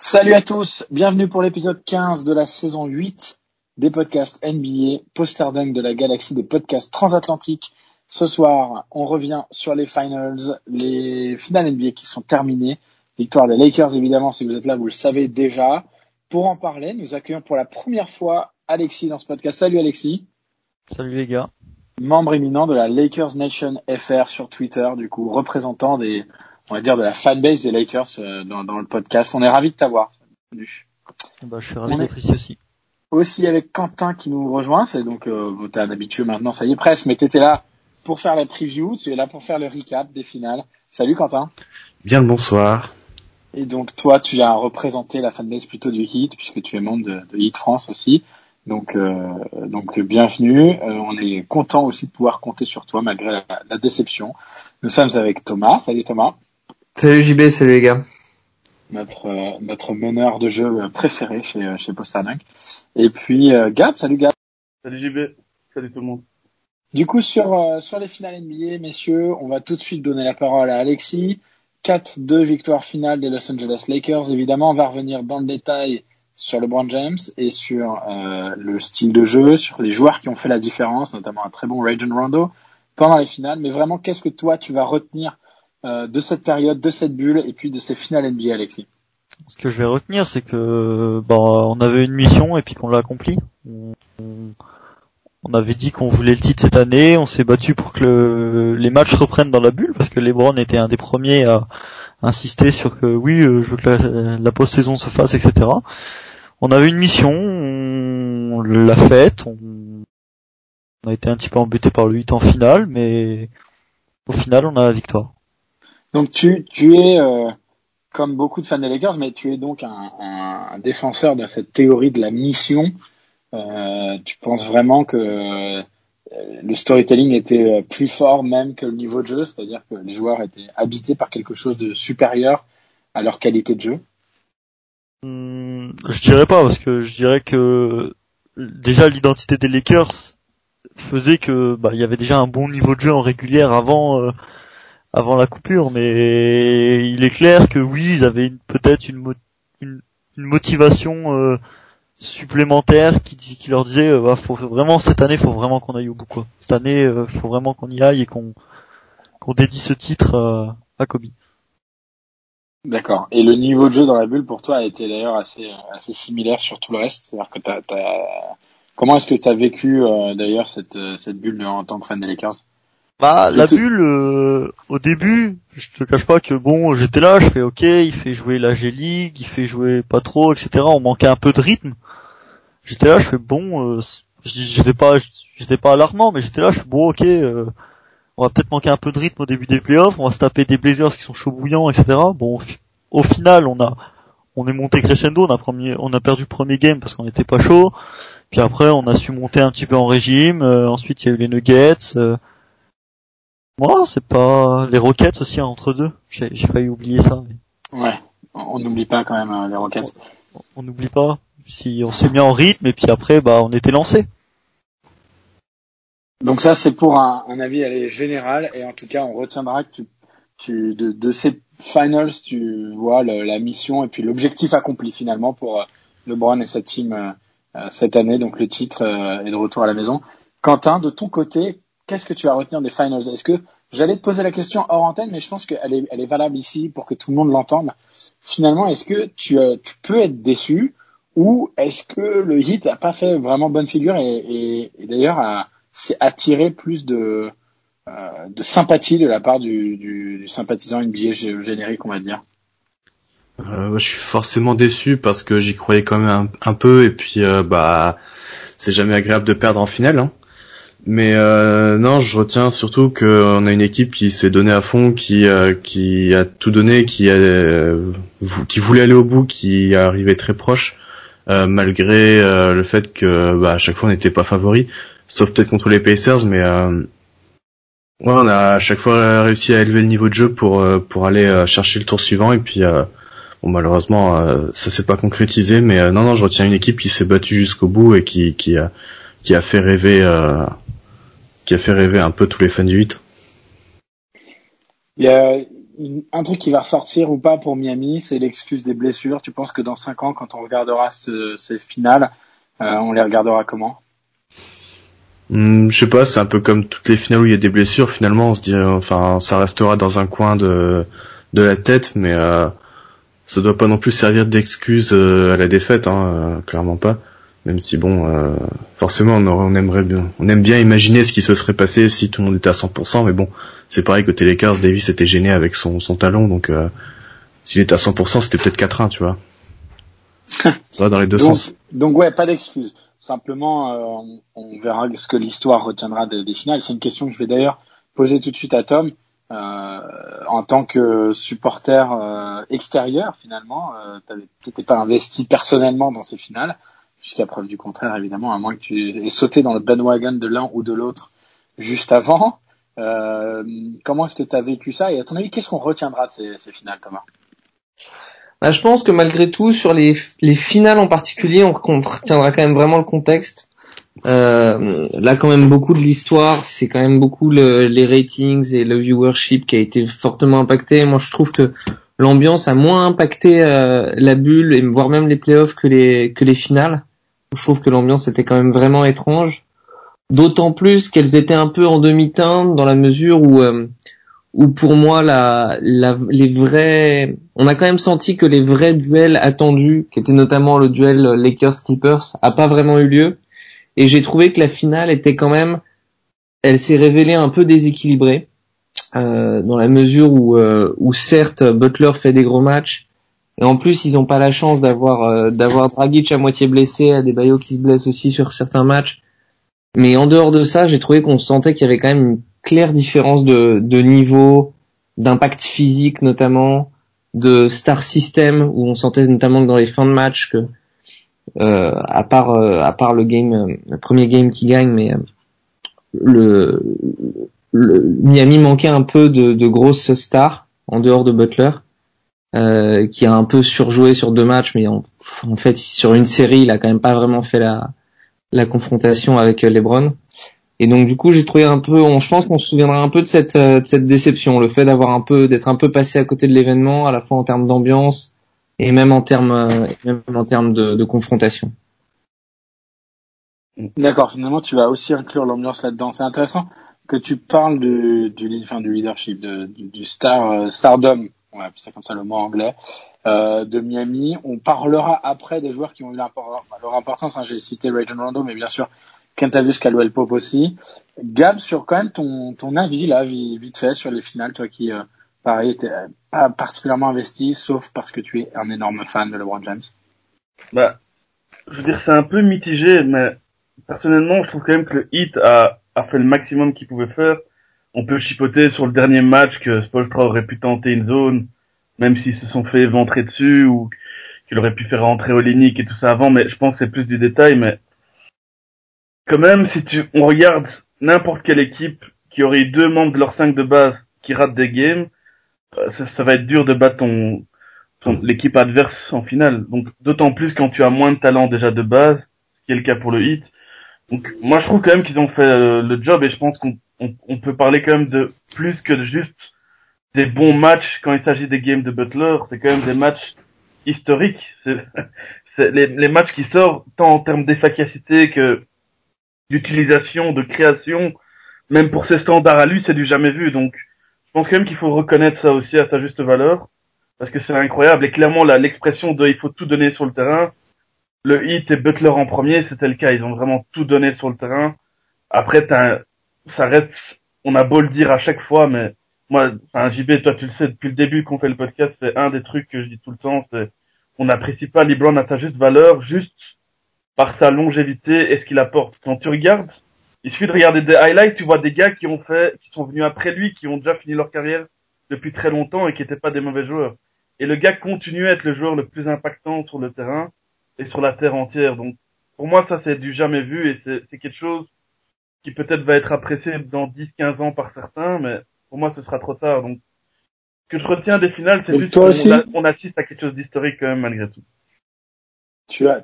Salut à tous, bienvenue pour l'épisode 15 de la saison 8 des podcasts NBA, poster dunk de la galaxie des podcasts transatlantiques. Ce soir, on revient sur les finals, les finales NBA qui sont terminées. Victoire des Lakers, évidemment, si vous êtes là, vous le savez déjà. Pour en parler, nous accueillons pour la première fois Alexis dans ce podcast. Salut Alexis. Salut les gars. Membre éminent de la Lakers Nation FR sur Twitter, du coup, représentant on va dire de la fanbase des Lakers dans le podcast. On est ravis de t'avoir. Salut. Je suis ravi d'être ici aussi. Aussi avec Quentin qui nous rejoint. C'est donc, t'es un habitué maintenant, ça y est presque, mais t'étais là pour faire la preview, tu es là pour faire le recap des finales. Salut Quentin. Bien le bonsoir. Et donc toi, tu viens représenter la fanbase plutôt du Heat, puisque tu es membre de Heat France aussi. Donc bienvenue. On est content aussi de pouvoir compter sur toi malgré la déception. Nous sommes avec Thomas. Salut Thomas. Salut JB, salut les gars. Notre meneur de jeu préféré chez Poster Dunk. Et puis Gab. Salut Gab. Salut JB. Salut tout le monde. Du coup, sur les finales NBA, messieurs, on va tout de suite donner la parole à Alexis. 4-2 victoires finales des Los Angeles Lakers. Évidemment, on va revenir dans le détail sur LeBron James et sur le style de jeu, sur les joueurs qui ont fait la différence, notamment un très bon Rajon Rondo pendant les finales. Mais vraiment, qu'est-ce que toi, tu vas retenir de cette période, de cette bulle et puis de ces finales NBA, Alexis? Ce que je vais retenir, c'est que on avait une mission et puis qu'on l'a accomplie. On avait dit qu'on voulait le titre cette année, on s'est battu pour que les matchs reprennent dans la bulle, parce que LeBron était un des premiers à insister sur que oui, je veux que la post-saison se fasse, etc. On avait une mission, on l'a faite, on a été un petit peu embêté par le 8 en finale, mais au final, on a la victoire. Donc tu es, comme beaucoup de fans des Lakers, mais tu es donc un défenseur de cette théorie de la mission. Tu penses vraiment que le storytelling était plus fort même que le niveau de jeu, c'est-à-dire que les joueurs étaient habités par quelque chose de supérieur à leur qualité de jeu? Je dirais pas, parce que je dirais que déjà l'identité des Lakers faisait que il y avait déjà un bon niveau de jeu en régulière avant la coupure, mais il est clair que oui, ils avaient peut-être une motivation supplémentaire qui leur disait faut vraiment cette année, faut vraiment qu'on aille au bout quoi. Cette année, faut vraiment qu'on y aille et qu'on dédie ce titre à Kobe. D'accord. Et le niveau de jeu dans la bulle pour toi a été d'ailleurs assez similaire sur tout le reste. C'est-à-dire que comment est-ce que tu as vécu d'ailleurs cette bulle en tant que fan des Lakers? La bulle, au début, je te cache pas que j'étais là, je fais ok, il fait jouer la G-League, il fait jouer pas trop, etc. On manquait un peu de rythme. J'étais là, je fais j'étais pas alarmant, mais j'étais là, je fais ok, on va peut-être manquer un peu de rythme au début des playoffs, on va se taper des Blazers qui sont chauds bouillants, etc. Au final, on est monté crescendo, on a perdu le premier game parce qu'on n'était pas chaud, puis après on a su monter un petit peu en régime, ensuite il y a eu les Nuggets, moi, c'est pas les Rockets aussi entre deux. J'ai failli oublier ça. Mais... Ouais, on n'oublie pas quand même les Rockets. On n'oublie pas. Si on s'est mis en rythme et puis après, on était lancé. Donc ça, c'est pour un avis général et en tout cas, on retiendra que de ces finals, tu vois la mission et puis l'objectif accompli finalement pour LeBron et sa team cette année. Donc le titre est de retour à la maison. Quentin, de ton côté, qu'est-ce que tu vas retenir des finals? Est-ce que j'allais te poser la question hors antenne, mais je pense qu'elle est valable ici pour que tout le monde l'entende. Finalement, est-ce que tu peux être déçu ou est-ce que le Heat n'a pas fait vraiment bonne figure et d'ailleurs s'est attiré plus de sympathie de la part du sympathisant NBA générique, on va dire? Je suis forcément déçu parce que j'y croyais quand même un peu et puis c'est jamais agréable de perdre en finale. Hein. Mais non, je retiens surtout qu'on a une équipe qui s'est donnée à fond, qui a tout donné, qui voulait aller au bout, qui est arrivé très proche, malgré le fait que à chaque fois on n'était pas favori, sauf peut-être contre les Pacers, mais on a à chaque fois réussi à élever le niveau de jeu pour aller chercher le tour suivant et puis malheureusement ça s'est pas concrétisé, mais non, je retiens une équipe qui s'est battue jusqu'au bout et qui a fait rêver un peu tous les fans du 8. Il y un truc qui va ressortir ou pas pour Miami, c'est l'excuse des blessures. Tu penses que dans 5 ans, quand on regardera ces finales, on les regardera comment? Je sais pas, c'est un peu comme toutes les finales où il y a des blessures. Finalement, on se dit, enfin, ça restera dans un coin de la tête, mais ça doit pas non plus servir d'excuse à la défaite, clairement pas. Même si bon, forcément, on aime bien imaginer ce qui se serait passé si tout le monde était à 100%, mais bon, c'est pareil côté Lakers, Davis était gêné avec son talon, donc s'il était à 100%, c'était peut-être 4-1, tu vois. Ça va dans les deux sens. Donc ouais, pas d'excuse. Simplement, on verra ce que l'histoire retiendra des finales. C'est une question que je vais d'ailleurs poser tout de suite à Tom. En tant que supporter extérieur, finalement, t'étais pas investi personnellement dans ces finales, jusqu'à preuve du contraire, évidemment, à moins que tu aies sauté dans le bandwagon de l'un ou de l'autre juste avant. Comment est-ce que tu as vécu ça? Et à ton avis, qu'est-ce qu'on retiendra de ces finales, Thomas? Bah, je pense que malgré tout, sur les finales en particulier, on retiendra quand même vraiment le contexte. Là, quand même, beaucoup de l'histoire, c'est quand même beaucoup les ratings et le viewership qui a été fortement impacté. Moi, je trouve que l'ambiance a moins impacté la bulle et voire même les playoffs que les finales. Je trouve que l'ambiance était quand même vraiment étrange. D'autant plus qu'elles étaient un peu en demi-teinte dans la mesure où pour moi les vrais, on a quand même senti que les vrais duels attendus, qui étaient notamment le duel Lakers-Clippers, a pas vraiment eu lieu. Et j'ai trouvé que la finale était quand même, elle s'est révélée un peu déséquilibrée, dans la mesure où certes Butler fait des gros matchs, et en plus ils ont pas la chance d'avoir Dragic à moitié blessé, Adebayo qui se blesse aussi sur certains matchs. Mais en dehors de ça, j'ai trouvé qu'on sentait qu'il y avait quand même une claire différence de niveau, d'impact physique notamment, de star system, où on sentait notamment que dans les fins de match que à part le premier game qui gagne, mais le Miami manquait un peu de grosses stars en dehors de Butler, qui a un peu surjoué sur 2 matchs, mais en fait sur une série il a quand même pas vraiment fait la confrontation avec LeBron. Et donc du coup j'ai trouvé un peu, je pense qu'on se souviendra un peu de cette déception, le fait d'être un peu passé à côté de l'événement, à la fois en termes d'ambiance et même en termes de confrontation. D'accord, finalement tu vas aussi inclure l'ambiance là-dedans. C'est intéressant que tu parles du leadership, du stardom, on va appeler ça comme ça, le mot anglais, de Miami. On parlera après des joueurs qui ont eu leur importance. J'ai cité Rajon Rondo, mais bien sûr Kentavious Caldwell-Pope aussi. Gab, sur quand même ton avis là, vite fait sur les finales, toi qui pareil t'es pas particulièrement investi, sauf parce que tu es un énorme fan de LeBron James. Bah, je veux dire, c'est un peu mitigé, mais personnellement, je trouve quand même que le Heat a fait le maximum qu'il pouvait faire. On peut chipoter sur le dernier match que Spoelstra aurait pu tenter une zone, même s'ils se sont fait ventrer dessus, ou qu'il aurait pu faire rentrer Olynyk et tout ça avant, mais je pense que c'est plus du détail, mais quand même, on regarde n'importe quelle équipe qui aurait eu 2 membres de leur 5 de base qui ratent des games, ça va être dur de battre l'équipe adverse en finale. Donc, d'autant plus quand tu as moins de talent déjà de base, ce qui est le cas pour le Heat. Donc, moi, je trouve quand même qu'ils ont fait le job, et je pense qu'on peut parler quand même de plus que juste des bons matchs quand il s'agit des games de Butler. C'est quand même des matchs historiques. C'est les matchs qui sortent tant en termes d'efficacité que d'utilisation, de création. Même pour ses standards à lui, c'est du jamais vu. Donc, je pense quand même qu'il faut reconnaître ça aussi à sa juste valeur, parce que c'est incroyable. Et clairement, l'expression de il faut tout donner sur le terrain, le Heat et Butler en premier, c'était le cas. Ils ont vraiment tout donné sur le terrain. Après, ça reste, on a beau le dire à chaque fois, mais moi, JB, toi tu le sais, depuis le début qu'on fait le podcast, c'est un des trucs que je dis tout le temps, c'est on n'apprécie pas LeBron à sa juste valeur, juste par sa longévité et ce qu'il apporte. Quand tu regardes, il suffit de regarder des highlights, tu vois des gars qui sont venus après lui, qui ont déjà fini leur carrière depuis très longtemps et qui n'étaient pas des mauvais joueurs. Et le gars continue à être le joueur le plus impactant sur le terrain et sur la terre entière. Donc, pour moi, ça, c'est du jamais vu et c'est quelque chose qui peut-être va être apprécié dans 10-15 ans par certains, mais pour moi, ce sera trop tard. Donc, ce que je retiens des finales, c'est juste qu'on assiste à quelque chose d'historique quand même, malgré tout. Tu as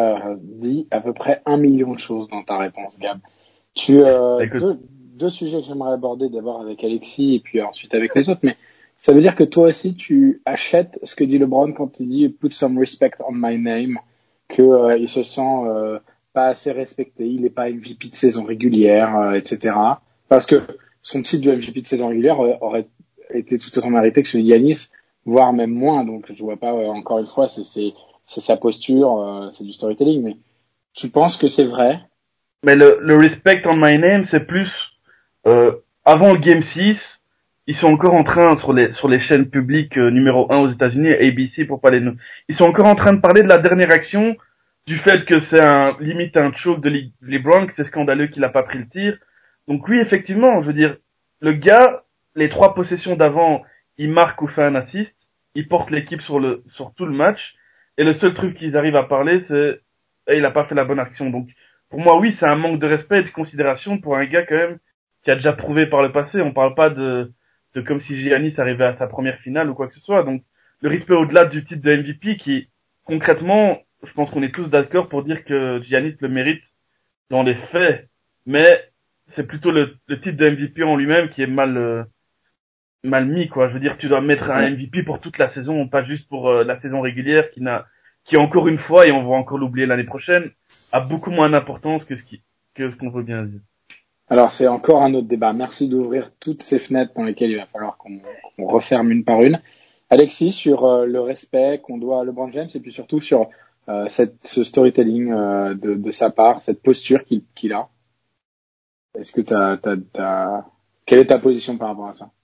dit à peu près 1 million de choses dans ta réponse, Gab. Deux sujets que j'aimerais aborder, d'abord avec Alexis et puis ensuite avec les autres, mais Ça veut dire que toi aussi, tu achètes ce que dit LeBron quand il dit put some respect on my name, que il se sent pas assez respecté, il n'est pas MVP de saison régulière, etc. Parce que son titre de MVP de saison régulière aurait été tout autant mérité que celui de Giannis, voire même moins. Donc je vois pas, encore une fois, c'est sa posture, c'est du storytelling. Mais tu penses que c'est vrai? Mais le respect on my name, c'est plus avant le Game 6, ils sont encore en train sur les chaînes publiques numéro 1 aux États-Unis, ABC pour parler de nous. Ils sont encore en train de parler de la dernière action, du fait que c'est limite un choke de LeBron, que c'est scandaleux qu'il a pas pris le tir. Donc oui, effectivement, je veux dire, le gars, les 3 possessions d'avant, il marque ou fait un assist, il porte l'équipe sur tout le match, et le seul truc qu'ils arrivent à parler, c'est il a pas fait la bonne action. Donc pour moi, oui, c'est un manque de respect et de considération pour un gars quand même qui a déjà prouvé par le passé. On parle pas de comme si Giannis arrivait à sa première finale ou quoi que ce soit. Donc le respect au-delà du titre de MVP qui, concrètement, je pense qu'on est tous d'accord pour dire que Giannis le mérite dans les faits. Mais c'est plutôt le titre de MVP en lui-même qui est mal mis, quoi. Je veux dire, tu dois mettre un MVP pour toute la saison, pas juste pour la saison régulière qui encore une fois, et on va encore l'oublier l'année prochaine, a beaucoup moins d'importance que ce qu'on veut bien dire. Alors, c'est encore un autre débat. Merci d'ouvrir toutes ces fenêtres dans lesquelles il va falloir qu'on referme une par une. Alexis, sur le respect qu'on doit à LeBron James et puis surtout sur ce storytelling de sa part, cette posture qu'il a. Est-ce que quelle est ta position par rapport à ça?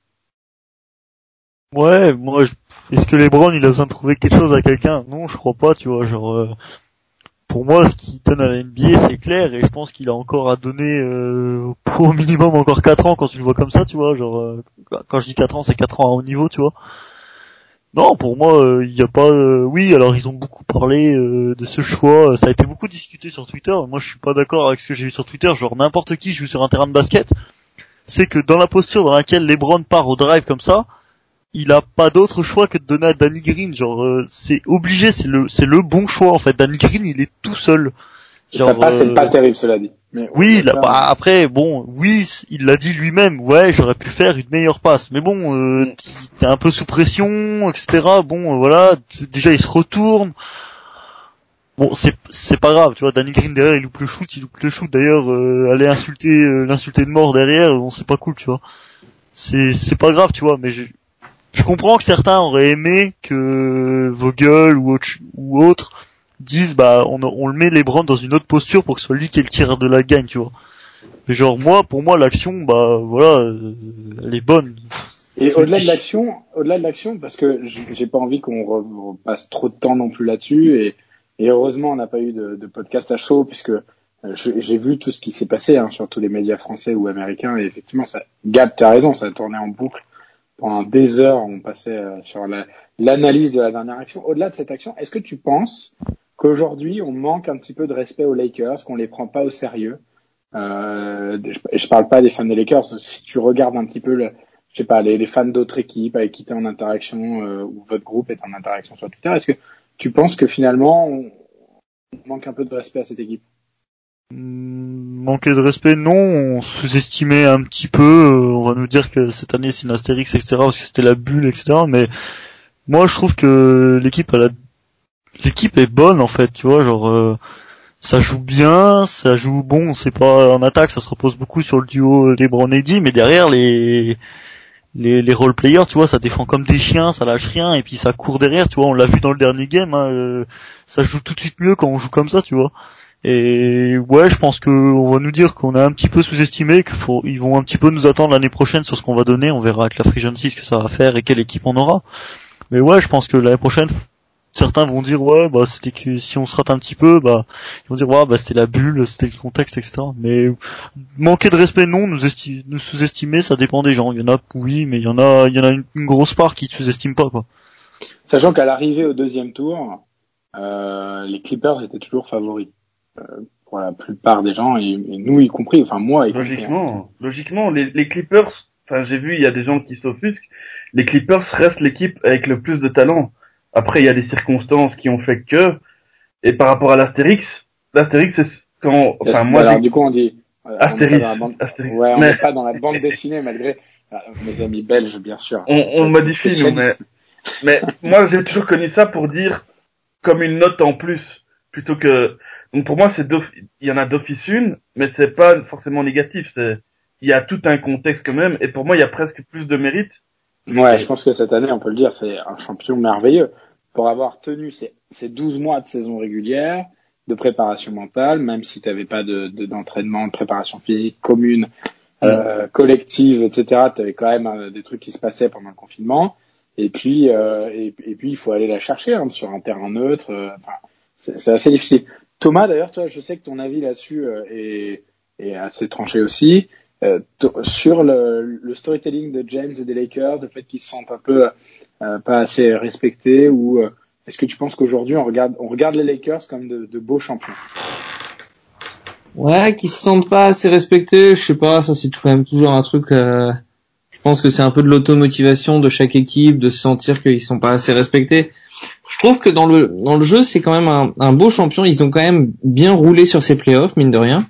Ouais, est-ce que LeBron il a besoin de prouver quelque chose à quelqu'un? Non, je crois pas, tu vois, genre pour moi ce qu'il donne à la NBA c'est clair et je pense qu'il a encore à donner au minimum encore 4 ans quand tu le vois comme ça, tu vois, genre quand je dis 4 ans, c'est 4 ans à haut niveau, tu vois. Non, pour moi, il y a pas. Oui, alors ils ont beaucoup parlé de ce choix. Ça a été beaucoup discuté sur Twitter. Moi, je suis pas d'accord avec ce que j'ai vu sur Twitter. Genre n'importe qui joue sur un terrain de basket, c'est que dans la posture dans laquelle LeBron part au drive comme ça, il a pas d'autre choix que de donner à Danny Green. Genre c'est obligé, c'est le bon choix en fait. Danny Green, il est tout seul. Genre, Ça passe, c'est pas terrible, cela dit. Mais oui, après, bon, oui, il l'a dit lui-même, ouais, j'aurais pu faire une meilleure passe. Mais bon, t'es un peu sous pression, etc. Bon, voilà, déjà il se retourne. Bon, c'est pas grave, tu vois, Danny Green derrière, il loupe le shoot d'ailleurs, aller insulter, l'insulter de mort derrière, bon, c'est pas cool, tu vois. C'est pas grave, tu vois, mais je comprends que certains auraient aimé que Vogel ou autre disent bah on le met LeBron dans une autre posture pour que ce soit lui qui est le tireur de la gagne, tu vois. Mais genre pour moi l'action bah voilà, elle est bonne. Et au-delà de l'action, parce que j'ai pas envie qu'on repasse trop de temps non plus là-dessus et heureusement on n'a pas eu de podcast à chaud puisque j'ai vu tout ce qui s'est passé sur tous les médias français ou américains et effectivement Gab, t'as raison, ça a tourné en boucle pendant des heures, on passait sur l'analyse de la dernière action. Au-delà de cette action, est-ce que tu penses qu'aujourd'hui, on manque un petit peu de respect aux Lakers, qu'on les prend pas au sérieux? Je parle pas des fans des Lakers. Si tu regardes un petit peu, je sais pas, les fans d'autres équipes avec qui tu es en interaction ou votre groupe est en interaction sur Twitter, est-ce que tu penses que finalement, on manque un peu de respect à cette équipe? Manquer de respect, non, on sous-estimait un petit peu, on va nous dire que cette année c'est une astérix, etc., parce que c'était la bulle, etc., mais moi je trouve que l'équipe est bonne en fait, tu vois, genre ça joue bien, ça joue bon, c'est pas en attaque, ça se repose beaucoup sur le duo LeBron-Eddy, mais derrière les role players, tu vois, ça défend comme des chiens, ça lâche rien et puis ça court derrière, tu vois, on l'a vu dans le dernier game, ça joue tout de suite mieux quand on joue comme ça, tu vois. Et ouais, je pense que on va nous dire qu'on a un petit peu sous-estimé, ils vont un petit peu nous attendre l'année prochaine sur ce qu'on va donner, on verra avec la Free Agency ce que ça va faire et quelle équipe on aura. Mais ouais, je pense que l'année prochaine, certains vont dire ouais, bah c'était que si on se rate un petit peu, bah ils vont dire ouais, bah c'était la bulle, c'était le contexte, etc. Mais manquer de respect, non, nous sous-estimer, ça dépend des gens. Il y en a, oui, mais il y en a une grosse part qui sous-estime pas, quoi. Sachant qu'à l'arrivée au deuxième tour, les Clippers étaient toujours favoris pour la plupart des gens et nous y compris, enfin moi y compris. Logiquement, les Clippers, enfin j'ai vu il y a des gens qui s'offusquent, les Clippers restent l'équipe avec le plus de talent. Après il y a des circonstances qui ont fait que, et par rapport à l'Astérix c'est quand, enfin moi alors du coup on dit Astérix, on n'est pas dans la bande dessinée malgré Mes amis belges, bien sûr. On modifie, nous, mais moi, j'ai toujours connu ça pour dire comme une note en plus, plutôt que, donc pour moi, il y en a d'office une, mais c'est pas forcément négatif, il y a tout un contexte quand même, et pour moi, il y a presque plus de mérite. Ouais, je pense que cette année, on peut le dire, c'est un champion merveilleux. Pour avoir tenu ces 12 mois de saison régulière, de préparation mentale, même si tu n'avais pas d'entraînement, de préparation physique commune, collective, etc., tu avais quand même des trucs qui se passaient pendant le confinement. Et puis, il faut aller la chercher sur un terrain neutre. C'est assez difficile. Thomas, d'ailleurs, toi, je sais que ton avis là-dessus est assez tranché aussi. Sur le storytelling de James et des Lakers, le fait qu'ils se sentent un peu pas assez respectés, ou est-ce que tu penses qu'aujourd'hui on regarde les Lakers comme de beaux champions? Ouais, qui se sentent pas assez respectés, je sais pas, ça c'est quand même toujours un truc. Je pense que c'est un peu de l'automotivation de chaque équipe, de se sentir qu'ils sont pas assez respectés. Je trouve que dans le jeu, c'est quand même un beau champion. Ils ont quand même bien roulé sur ces playoffs, mine de rien.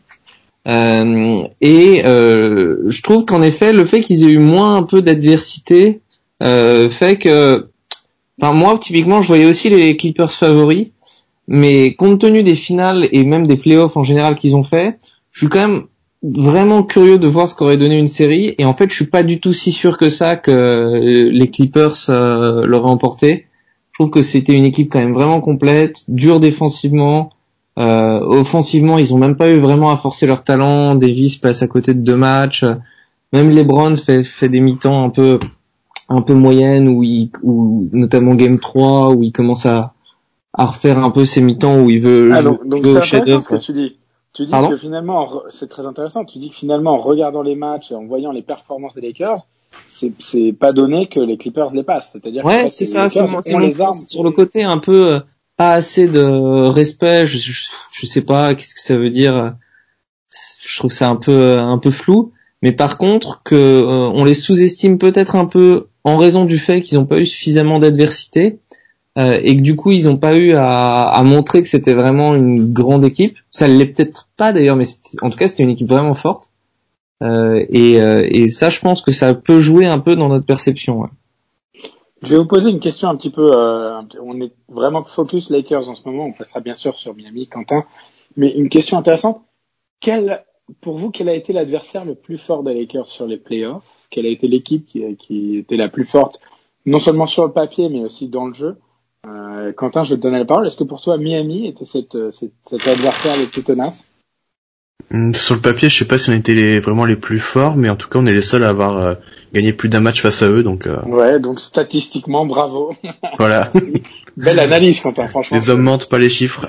Je trouve qu'en effet, le fait qu'ils aient eu moins un peu d'adversité fait que, enfin moi typiquement, je voyais aussi les Clippers favoris, mais compte tenu des finales et même des playoffs en général qu'ils ont fait, je suis quand même vraiment curieux de voir ce qu'aurait donné une série. Et en fait, je suis pas du tout si sûr que ça que les Clippers l'auraient emporté. Je trouve que c'était une équipe quand même vraiment complète, dure défensivement. Offensivement, ils ont même pas eu vraiment à forcer leur talent. Davis passe à côté de 2 matchs. Même LeBron fait des mi-temps un peu moyennes où notamment Game 3 où il commence à refaire un peu ses mi-temps où il veut donc jouer c'est au intéressant ce chef-d'œuvre. que tu dis. Tu dis Pardon que finalement, c'est très intéressant. Tu dis que finalement, en regardant les matchs et en voyant les performances des Lakers, c'est pas donné que les Clippers les passent. C'est-à-dire qu'en Ouais, fait, c'est les ça, c'est Lakers mon ont les point. armes. Sur le côté un peu pas assez de respect, je sais pas qu'est-ce que ça veut dire. Je trouve ça un peu flou. Mais par contre, que on les sous-estime peut-être un peu en raison du fait qu'ils n'ont pas eu suffisamment d'adversité et que du coup ils n'ont pas eu à montrer que c'était vraiment une grande équipe. Ça l'est peut-être pas d'ailleurs, mais en tout cas c'était une équipe vraiment forte. Et ça, je pense que ça peut jouer un peu dans notre perception. Ouais. Je vais vous poser une question un petit peu. On est vraiment focus Lakers en ce moment. On passera bien sûr sur Miami, Quentin. Mais une question intéressante. Pour vous, quel a été l'adversaire le plus fort des Lakers sur les playoffs? Quelle a été l'équipe qui était la plus forte, non seulement sur le papier, mais aussi dans le jeu? Quentin, je vais te donner la parole. Est-ce que pour toi, Miami était cet adversaire le plus tenace? Sur le papier, je sais pas si on était vraiment les plus forts, mais en tout cas, on est les seuls à avoir gagné plus d'un match face à eux, donc Ouais, donc statistiquement, bravo. voilà. Belle analyse, Quentin, franchement. Les hommes mentent, pas les chiffres.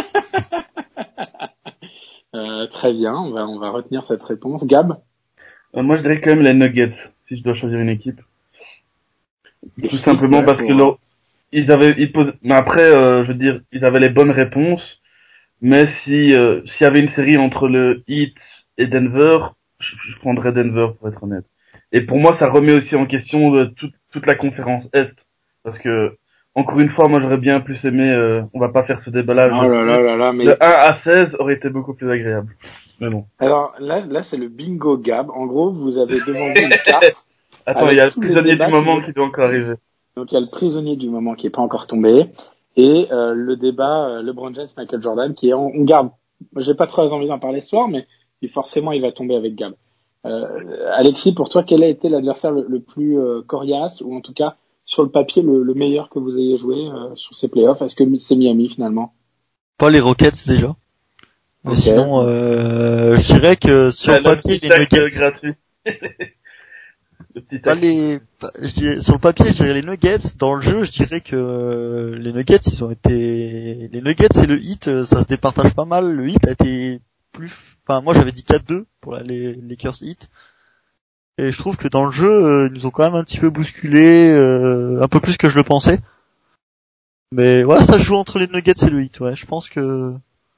Très bien, on va retenir cette réponse. Gab? Moi, je dirais quand même les Nuggets, si je dois choisir une équipe. Tout Explique, simplement ouais, parce que mais après, je veux dire, ils avaient les bonnes réponses, mais s'il y avait une série entre le Heat et Denver, je prendrais Denver pour être honnête. Et pour moi, ça remet aussi en question toute la conférence Est, parce que encore une fois, moi j'aurais bien plus aimé. On va pas faire ce déballage. Oh là là là là, mais De 1 à 16 aurait été beaucoup plus agréable. Mais bon. alors là c'est le bingo Gab. En gros, vous avez devant vous une carte. Attends, il y a le prisonnier du moment qui doit encore arriver. Donc il y a le prisonnier du moment qui est pas encore tombé et le débat LeBron James Michael Jordan qui est on garde. J'ai pas très envie d'en parler ce soir, mais forcément il va tomber avec Gab. Alexis, pour toi, quel a été l'adversaire le plus coriace, ou en tout cas sur le papier le meilleur que vous ayez joué sur ces playoffs? Est-ce que c'est Miami finalement? Pas les Rockets déjà. Mais Okay. sinon, je dirais que sur le papier, les Nuggets. Gratuit. Sur le papier, je dirais les Nuggets. Dans le jeu, je dirais que les Nuggets, les Nuggets et le Heat, ça se départage pas mal. Le Heat a été moi j'avais dit 4-2 pour les Lakers Heat. Et je trouve que dans le jeu, ils nous ont quand même un petit peu bousculé, un peu plus que je le pensais. Mais ouais, ça se joue entre les Nuggets et le Heat, ouais. Je pense que...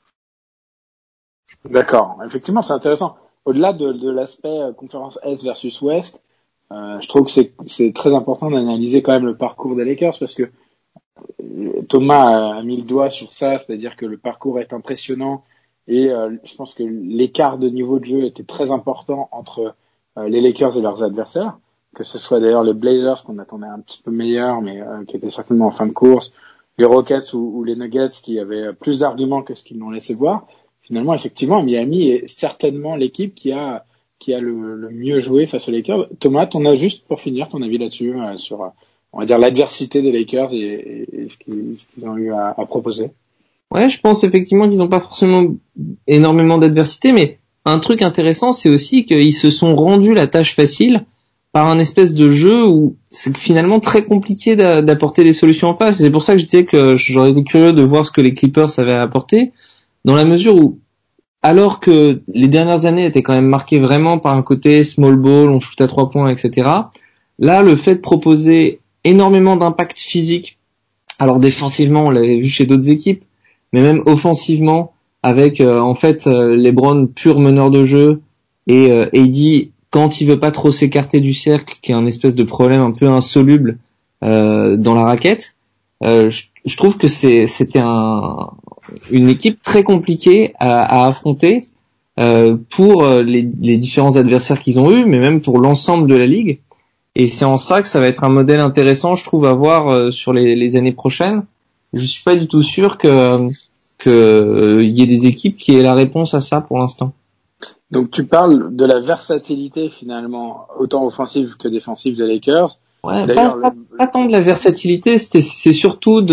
D'accord. Effectivement, c'est intéressant. Au-delà de l'aspect conférence Est versus Ouest, je trouve que c'est très important d'analyser quand même le parcours des Lakers, parce que Thomas a mis le doigt sur ça, c'est-à-dire que le parcours est impressionnant et je pense que l'écart de niveau de jeu était très important entre les Lakers et leurs adversaires. que ce soit d'ailleurs les Blazers qu'on attendait un petit peu meilleurs, mais qui étaient certainement en fin de course, les Rockets ou les Nuggets qui avaient plus d'arguments que ce qu'ils l'ont laissé voir. Finalement, effectivement, Miami est certainement l'équipe qui a le mieux joué face aux Lakers. Thomas, t'en as juste pour finir ton avis là-dessus sur on va dire l'adversité des Lakers et ce qu'ils ont eu à proposer. Ouais, je pense effectivement qu'ils n'ont pas forcément énormément d'adversité, mais un truc intéressant, c'est aussi qu'ils se sont rendus la tâche facile par un espèce de jeu où c'est finalement très compliqué d'apporter des solutions en face. Et c'est pour ça que je disais que j'aurais été curieux de voir ce que les Clippers avaient apporté, dans la mesure où, alors que les dernières années étaient quand même marquées vraiment par un côté small ball, on shoot à 3 points, etc. Là, le fait de proposer énormément d'impact physique, alors défensivement, on l'avait vu chez d'autres équipes, mais même offensivement, avec LeBron pur meneur de jeu et AD quand il veut pas trop s'écarter du cercle, qui est un espèce de problème un peu insoluble dans la raquette. Je trouve que c'était une équipe très compliquée à affronter pour les différents adversaires qu'ils ont eus, mais même pour l'ensemble de la ligue. Et c'est en ça que ça va être un modèle intéressant, je trouve, à voir sur les années prochaines. Je suis pas du tout sûr que y ait des équipes qui aient la réponse à ça pour l'instant. Donc tu parles de la versatilité finalement, autant offensive que défensive des Lakers. Ouais, pas tant de la versatilité, c'est surtout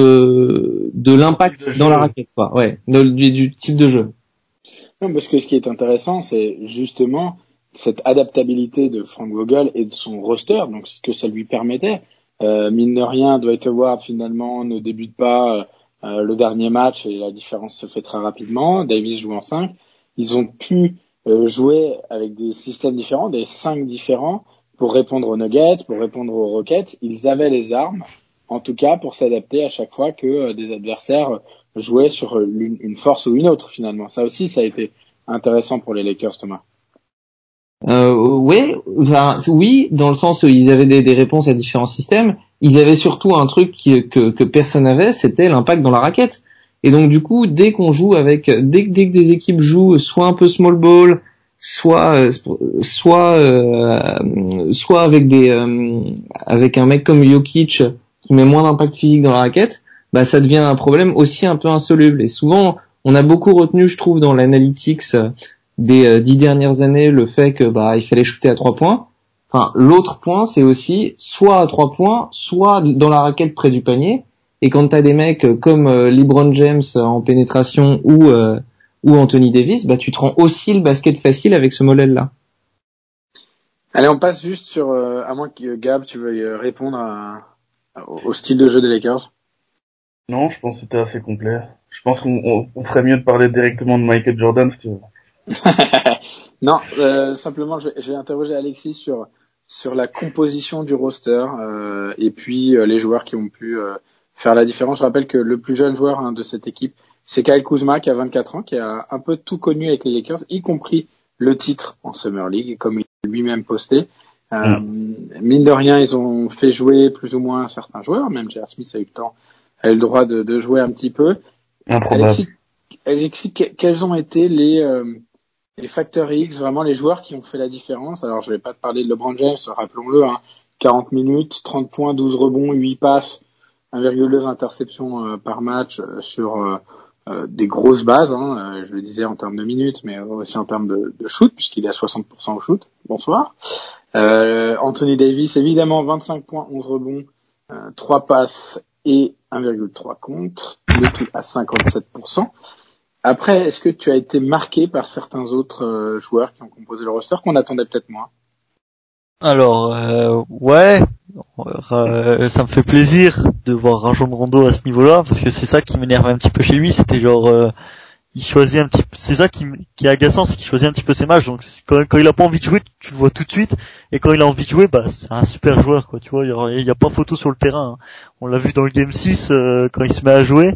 de l'impact dans la raquette, quoi. Ouais, du type de jeu. Non, parce que ce qui est intéressant, c'est justement cette adaptabilité de Frank Vogel et de son roster, donc ce que ça lui permettait. Mine de rien, Dwight Howard finalement ne débute pas le dernier match et la différence se fait très rapidement. Davis joue en 5. Ils ont pu jouer avec des systèmes différents, des 5 différents, pour répondre aux Nuggets, pour répondre aux Rockets. Ils avaient les armes, en tout cas, pour s'adapter à chaque fois que des adversaires jouaient sur une force ou une autre, finalement. Ça aussi, ça a été intéressant pour les Lakers, Thomas. Oui, dans le sens où ils avaient des réponses à différents systèmes. Ils avaient surtout un truc que personne n'avait, c'était l'impact dans la raquette. Et donc du coup, dès qu'on joue dès que des équipes jouent soit un peu small ball, soit avec avec un mec comme Jokic qui met moins d'impact physique dans la raquette, bah ça devient un problème aussi un peu insoluble. Et souvent, on a beaucoup retenu, je trouve, dans l'analytics des 10 dernières années, le fait que il fallait shooter à 3 points. Enfin, l'autre point, c'est aussi soit à 3 points, soit dans la raquette près du panier. Et quand t'as des mecs comme LeBron James en pénétration ou Anthony Davis, tu te rends aussi le basket facile avec ce modèle-là. Allez, on passe juste sur, à moins que Gab, tu veuilles répondre au style de jeu des Lakers. Non, je pense que c'était assez complet. Je pense qu'on ferait mieux de parler directement de Michael Jordan, si tu veux. Non, simplement, je vais interroger Alexis sur la composition du roster et puis les joueurs qui ont pu faire la différence. Je rappelle que le plus jeune joueur de cette équipe, c'est Kyle Kuzma qui a 24 ans, qui a un peu tout connu avec les Lakers, y compris le titre en Summer League, comme il lui-même posté. Mine de rien, ils ont fait jouer plus ou moins certains joueurs, même J.R. Smith a eu le droit de jouer un petit peu. Alexis, quels ont été les facteurs X, vraiment les joueurs qui ont fait la différence? Alors, je vais pas te parler de LeBron James, rappelons-le, 40 minutes, 30 points, 12 rebonds, 8 passes, 1,2 interceptions par match sur des grosses bases, je le disais en termes de minutes, mais aussi en termes de shoot, puisqu'il est à 60% au shoot. Bonsoir. Anthony Davis, évidemment, 25 points, 11 rebonds, 3 passes et 1,3 contre, le tout à 57%. Après, est-ce que tu as été marqué par certains autres joueurs qui ont composé le roster qu'on attendait peut-être moins? Alors, ouais, ça me fait plaisir de voir Rajon Rondo à ce niveau-là, parce que c'est ça qui m'énerve un petit peu chez lui, c'était genre, il choisit un petit peu, c'est ça qui est agaçant, c'est qu'il choisit un petit peu ses matchs, donc quand il a pas envie de jouer, tu le vois tout de suite, et quand il a envie de jouer, c'est un super joueur, quoi, tu vois, il y a pas photo sur le terrain, On l'a vu dans le Game 6, quand il se met à jouer.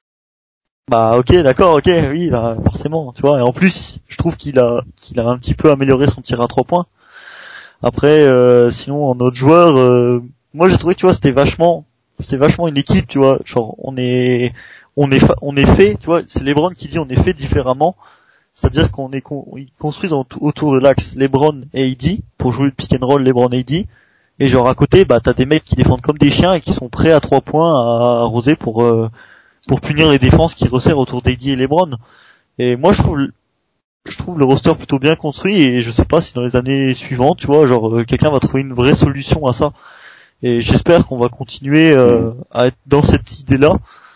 Ok, d'accord, ok, oui, forcément, tu vois, et en plus, je trouve qu'il a un petit peu amélioré son tir à 3 points. Après, sinon, en autre joueur, moi j'ai trouvé, tu vois, c'était vachement une équipe, tu vois, genre, on est fait, tu vois, c'est LeBron qui dit on est fait différemment, c'est-à-dire ils construisent autour de l'axe LeBron et AD, pour jouer le pick and roll LeBron et AD, Et genre à côté, bah t'as des mecs qui défendent comme des chiens et qui sont prêts à 3 points à arroser pour punir les défenses qui resserrent autour d'Eddie et LeBron. Et moi je trouve le roster plutôt bien construit et je sais pas si dans les années suivantes, tu vois, genre quelqu'un va trouver une vraie solution à ça. Et j'espère qu'on va continuer à être dans cette idée-là.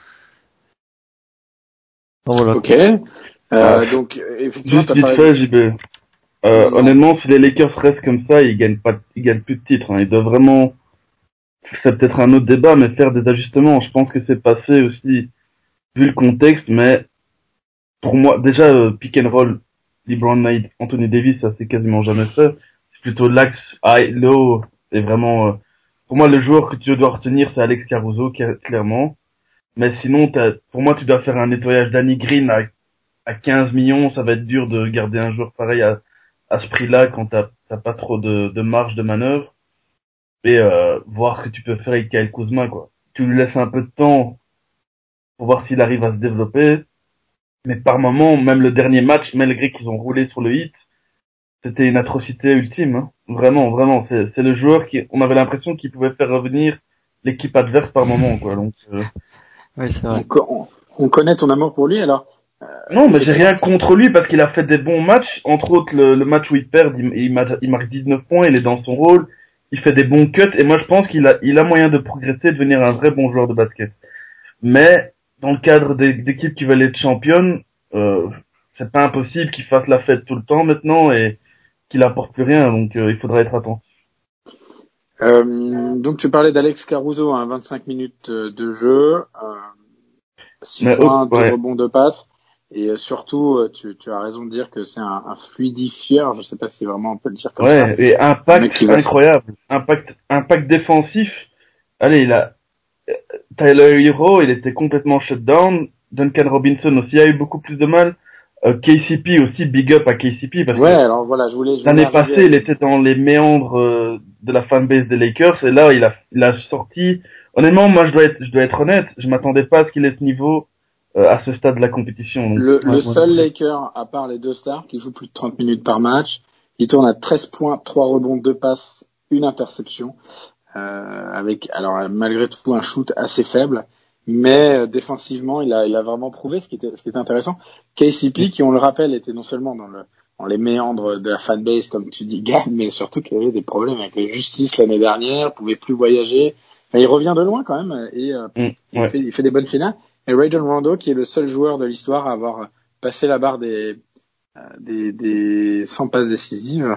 Enfin, voilà. Ok. Donc effectivement, Juste t'as vite parlé. fait, JB. Honnêtement, si les Lakers restent comme ça, ils gagnent plus de titres, hein. Ils doivent vraiment, c'est peut-être un autre débat, mais faire des ajustements. Je pense que c'est passé aussi, vu le contexte, mais pour moi, déjà, pick and roll, LeBron Knight, Anthony Davis, ça c'est quasiment jamais fait. C'est plutôt l'axe high, low, et vraiment, pour moi, le joueur que tu dois retenir, c'est Alex Caruso, clairement. Mais sinon, pour moi, tu dois faire un nettoyage Danny Green à 15 millions, ça va être dur de garder un joueur pareil à ce prix-là quand t'as pas trop de marge de manœuvre. Et voir ce que tu peux faire avec Kyle Kuzma, quoi. Tu lui laisses un peu de temps pour voir s'il arrive à se développer. Mais par moment, même le dernier match, malgré qu'ils ont roulé sur le hit, c'était une atrocité ultime, hein. Vraiment, vraiment. C'est le joueur on avait l'impression qu'il pouvait faire revenir l'équipe adverse par moment, quoi. Donc, Ouais, c'est vrai. On connaît ton amour pour lui, alors. non, mais j'ai rien contre lui parce qu'il a fait des bons matchs. Entre autres, le match où il perd, il marque 19 points, il est dans son rôle, il fait des bons cuts, et moi je pense qu'il a moyen de progresser, de devenir un vrai bon joueur de basket. Mais, dans le cadre d'équipes qui veulent être championnes, c'est pas impossible qu'il fasse la fête tout le temps maintenant et qu'il apporte plus rien, donc il faudra être attentif. Donc tu parlais d'Alex Caruso, hein, 25 minutes de jeu, 6 points, 2 ouais. rebonds, 2 passes, et surtout, tu as raison de dire que c'est un fluidifieur, je sais pas si vraiment on peut le dire comme ça. Ouais, et impact incroyable, impact défensif. Allez, Tyler Hero, il était complètement shut down. Duncan Robinson aussi a eu beaucoup plus de mal. KCP aussi, big up à KCP parce que alors voilà, je voulais l'année passée, il était dans les méandres de la fanbase des Lakers et là, il a sorti. Honnêtement, moi, je dois être honnête, je m'attendais pas à ce qu'il ait ce niveau à ce stade de la compétition. Donc, le seul Laker, à part les 2 stars, qui joue plus de 30 minutes par match, il tourne à 13 points, 3 rebonds, 2 passes, 1 interception, avec alors malgré tout un shoot assez faible, mais défensivement, il a vraiment prouvé ce qui était intéressant. KCP, qui on le rappelle, était non seulement dans les méandres de la fanbase, comme tu dis, Gab, mais surtout qu'il avait des problèmes avec la justice l'année dernière, pouvait plus voyager. Enfin, il revient de loin quand même et il fait des bonnes finales. Et Rajon Rondo, qui est le seul joueur de l'histoire à avoir passé la barre des 100 passes décisives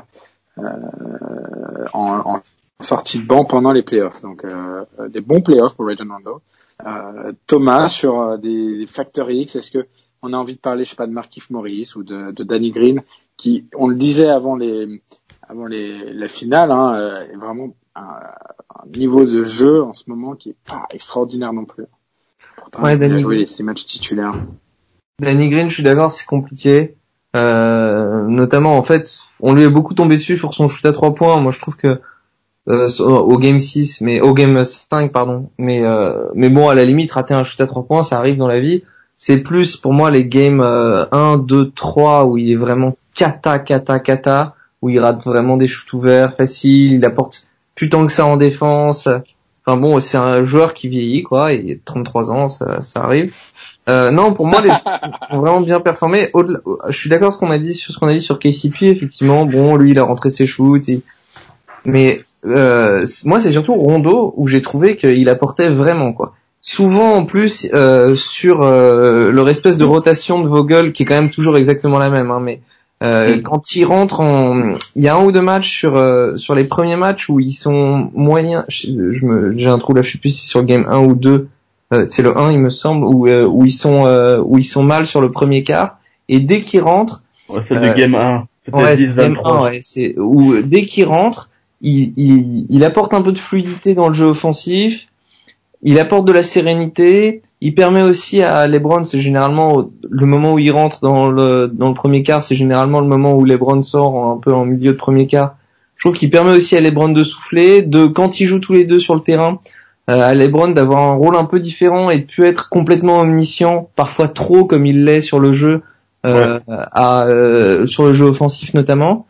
en sortie de banc pendant les playoffs. Donc des bons playoffs pour Rajon Rondo. Thomas, sur des Factor X, est-ce que on a envie de parler, je sais pas, de Markieff Morris ou de Danny Green, qui, on le disait avant la finale, hein, est vraiment un niveau de jeu en ce moment qui est pas extraordinaire non plus. Pourtant, il a joué les 6 matchs titulaires. Danny Green, je suis d'accord, c'est compliqué. Notamment, en fait, on lui est beaucoup tombé dessus sur son shoot à 3 points. Moi, je trouve que au game 6, mais au game 5, pardon. Mais bon, à la limite, rater un shoot à 3 points, ça arrive dans la vie. C'est plus, pour moi, les games 1, 2, 3, où il est vraiment cata, où il rate vraiment des shoots ouverts, faciles, il apporte plus tant que ça en défense. Enfin bon, c'est un joueur qui vieillit, quoi, il a 33 ans, ça arrive. Non, pour moi, les ont vraiment bien performé. Je suis d'accord sur ce qu'on a dit sur KCP, effectivement. Bon, lui, il a rentré ses shoots, mais moi, c'est surtout Rondo où j'ai trouvé qu'il apportait vraiment, quoi. Souvent, en plus, sur leur espèce de rotation de Vogel, qui est quand même toujours exactement la même, hein, mais quand ils rentrent il y a 1 ou 2 matchs sur les premiers matchs où ils sont moyens. J'ai un trou là, je sais plus si c'est sur le game 1 ou 2. C'est le 1, il me semble, où ils sont mal sur le premier quart. Et dès qu'ils rentrent, c'est le game 1. Ouais, c'est game 1, ouais. C'est où dès qu'ils rentrent, il apporte un peu de fluidité dans le jeu offensif. Il apporte de la sérénité. Il permet aussi à LeBron, c'est généralement le moment où il rentre dans le premier quart, c'est généralement le moment où LeBron sort un peu en milieu de premier quart. Je trouve qu'il permet aussi à LeBron de souffler, quand ils jouent tous les deux sur le terrain, à LeBron d'avoir un rôle un peu différent et de plus être complètement omniscient, parfois trop comme il l'est sur le jeu, sur le jeu offensif notamment.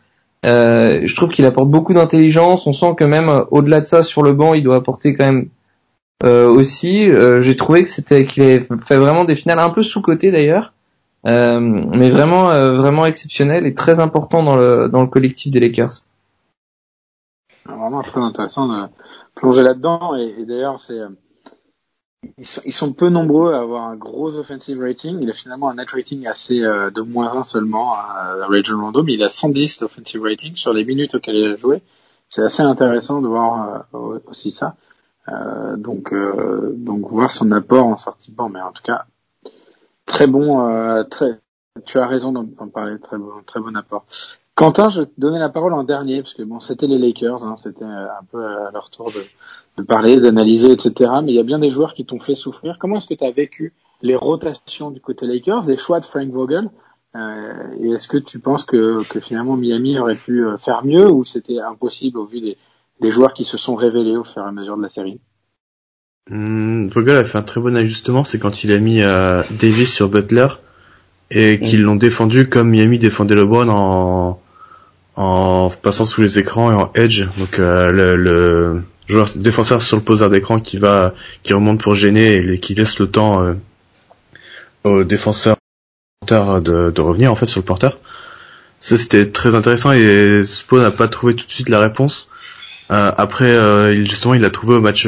Je trouve qu'il apporte beaucoup d'intelligence. On sent que même au-delà de ça, sur le banc, il doit apporter quand même aussi. J'ai trouvé qu'il avait fait vraiment des finales un peu sous-cotées d'ailleurs, mais vraiment exceptionnel et très important dans le collectif des Lakers. Vraiment très intéressant de plonger là-dedans et d'ailleurs ils sont peu nombreux à avoir un gros offensive rating. Il a finalement un net rating assez de -1 seulement à Rajon Rondo, mais il a 110 offensive rating sur les minutes auxquelles il a joué. C'est assez intéressant de voir aussi ça. Donc voir son apport en sortie de banc, mais en tout cas très bon. Tu as raison d'en parler. Très bon apport. Quentin, je vais te donner la parole en dernier, parce que bon, c'était les Lakers, hein, c'était un peu à leur tour de parler, d'analyser, etc. Mais il y a bien des joueurs qui t'ont fait souffrir. Comment est-ce que tu as vécu les rotations du côté Lakers, les choix de Frank Vogel, et est-ce que tu penses que finalement Miami aurait pu faire mieux, ou c'était impossible au vu des joueurs qui se sont révélés au fur et à mesure de la série? Vogel a fait un très bon ajustement, c'est quand il a mis Davis sur Butler et qu'ils l'ont défendu comme Miami défendait LeBron en passant sous les écrans et en edge. Donc le joueur défenseur sur le poseur d'écran qui remonte pour gêner et qui laisse le temps au défenseur de revenir en fait sur le porteur. Ça c'était très intéressant et Spo n'a pas trouvé tout de suite la réponse. Après il a trouvé au match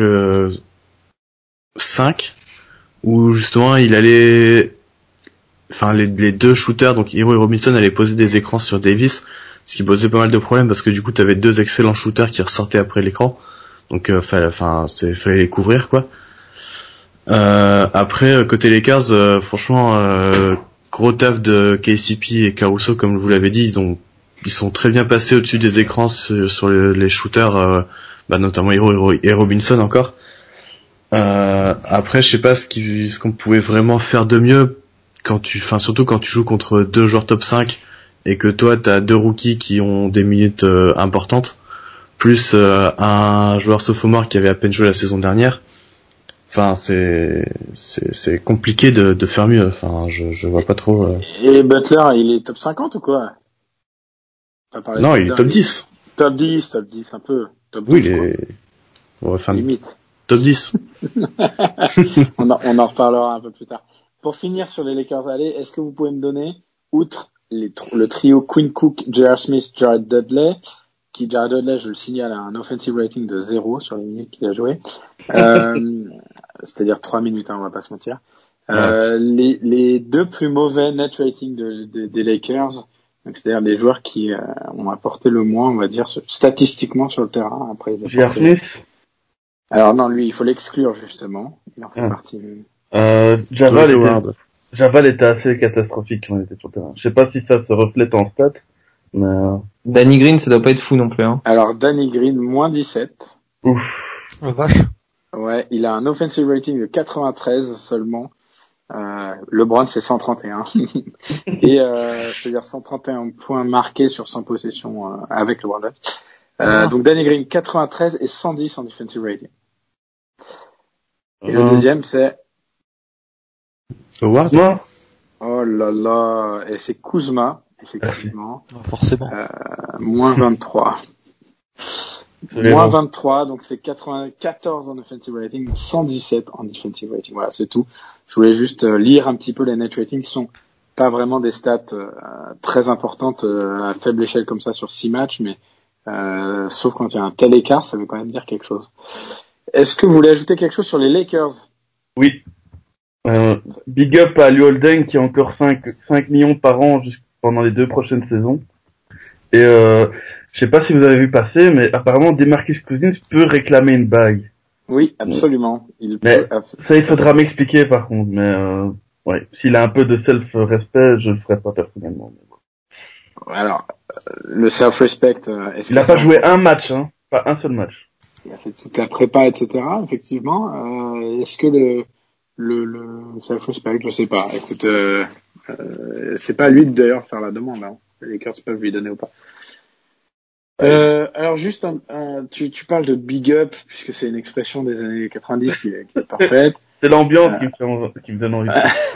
5 où justement il allait les deux shooters, donc Hero et Robinson, allaient poser des écrans sur Davis, ce qui posait pas mal de problèmes parce que du coup t'avais deux excellents shooters qui ressortaient après l'écran, donc fallait les couvrir quoi. Après côté Lakers, franchement gros taf de KCP et Caruso, comme vous l'avez dit, ils sont très bien passés au-dessus des écrans sur les shooters, notamment Hero et Robinson encore. Après je sais pas ce qu'on pouvait vraiment faire de mieux surtout quand tu joues contre deux joueurs top 5 et que toi t'as deux rookies qui ont des minutes importantes, plus un joueur sophomore qui avait à peine joué la saison dernière. Enfin c'est compliqué de faire mieux. Enfin je vois pas trop. Et Butler, il est top 50 ou quoi? Non, il est top 10. Top 10 un peu. Top 12, oui, il est limite. Top 10. on en reparlera un peu plus tard. Pour finir sur les Lakers, allez, est-ce que vous pouvez me donner, outre le trio Quinn Cook, J.R. Smith, Jared Dudley, Jared Dudley, je le signale, a un offensive rating de 0 sur les minutes qu'il a joué, c'est-à-dire 3 minutes, hein, on va pas se mentir. Les deux plus mauvais net rating des Lakers, donc c'est-à-dire les joueurs qui ont apporté le moins, on va dire, statistiquement sur le terrain. Après, J.R. Smith. Alors non, lui, il faut l'exclure justement. Il en fait partie. Javal était assez catastrophique quand il était sur le terrain. Je sais pas si ça se reflète en stats, mais... Danny Green, ça doit pas être fou non plus, hein. Alors Danny Green, moins 17. Ouf. La vache. Ouais, il a un offensive rating de 93 seulement. LeBron, c'est 131. Et c'est-à-dire 131 points marqués sur 100 possessions avec LeBron. Donc Danny Green, 93 et 110 en defensive rating. Et le deuxième, c'est Howard. Oh là là, et c'est Kuzma, effectivement. Forcément. Moins 23. Moins 23, donc c'est 94 en offensive rating, 117 en defensive rating. Voilà, c'est tout. Je voulais juste lire un petit peu les net ratings qui sont pas vraiment des stats très importantes à faible échelle comme ça sur 6 matchs, mais sauf quand il y a un tel écart, ça veut quand même dire quelque chose. Est-ce que vous voulez ajouter quelque chose sur les Lakers? Oui. Big up à Luol Deng qui a encore 5 millions par an pendant les 2 prochaines saisons. Et je sais pas si vous avez vu passer, mais apparemment DeMarcus Cousins peut réclamer une bague. Oui, absolument. Il faudra m'expliquer par contre. Mais ouais, s'il a un peu de self-respect, je le ferai pas personnellement. Alors, le self-respect... il a pas joué un match, hein, pas un seul match. Il a fait toute la prépa, etc. Effectivement. Est-ce que le self-respect, je sais pas. Écoute, c'est pas à lui d'ailleurs faire la demande. Hein. Les Lakers peuvent lui donner ou pas. Alors juste, tu parles de big up puisque c'est une expression des années 90 qui est parfaite. C'est l'ambiance qui me donne envie.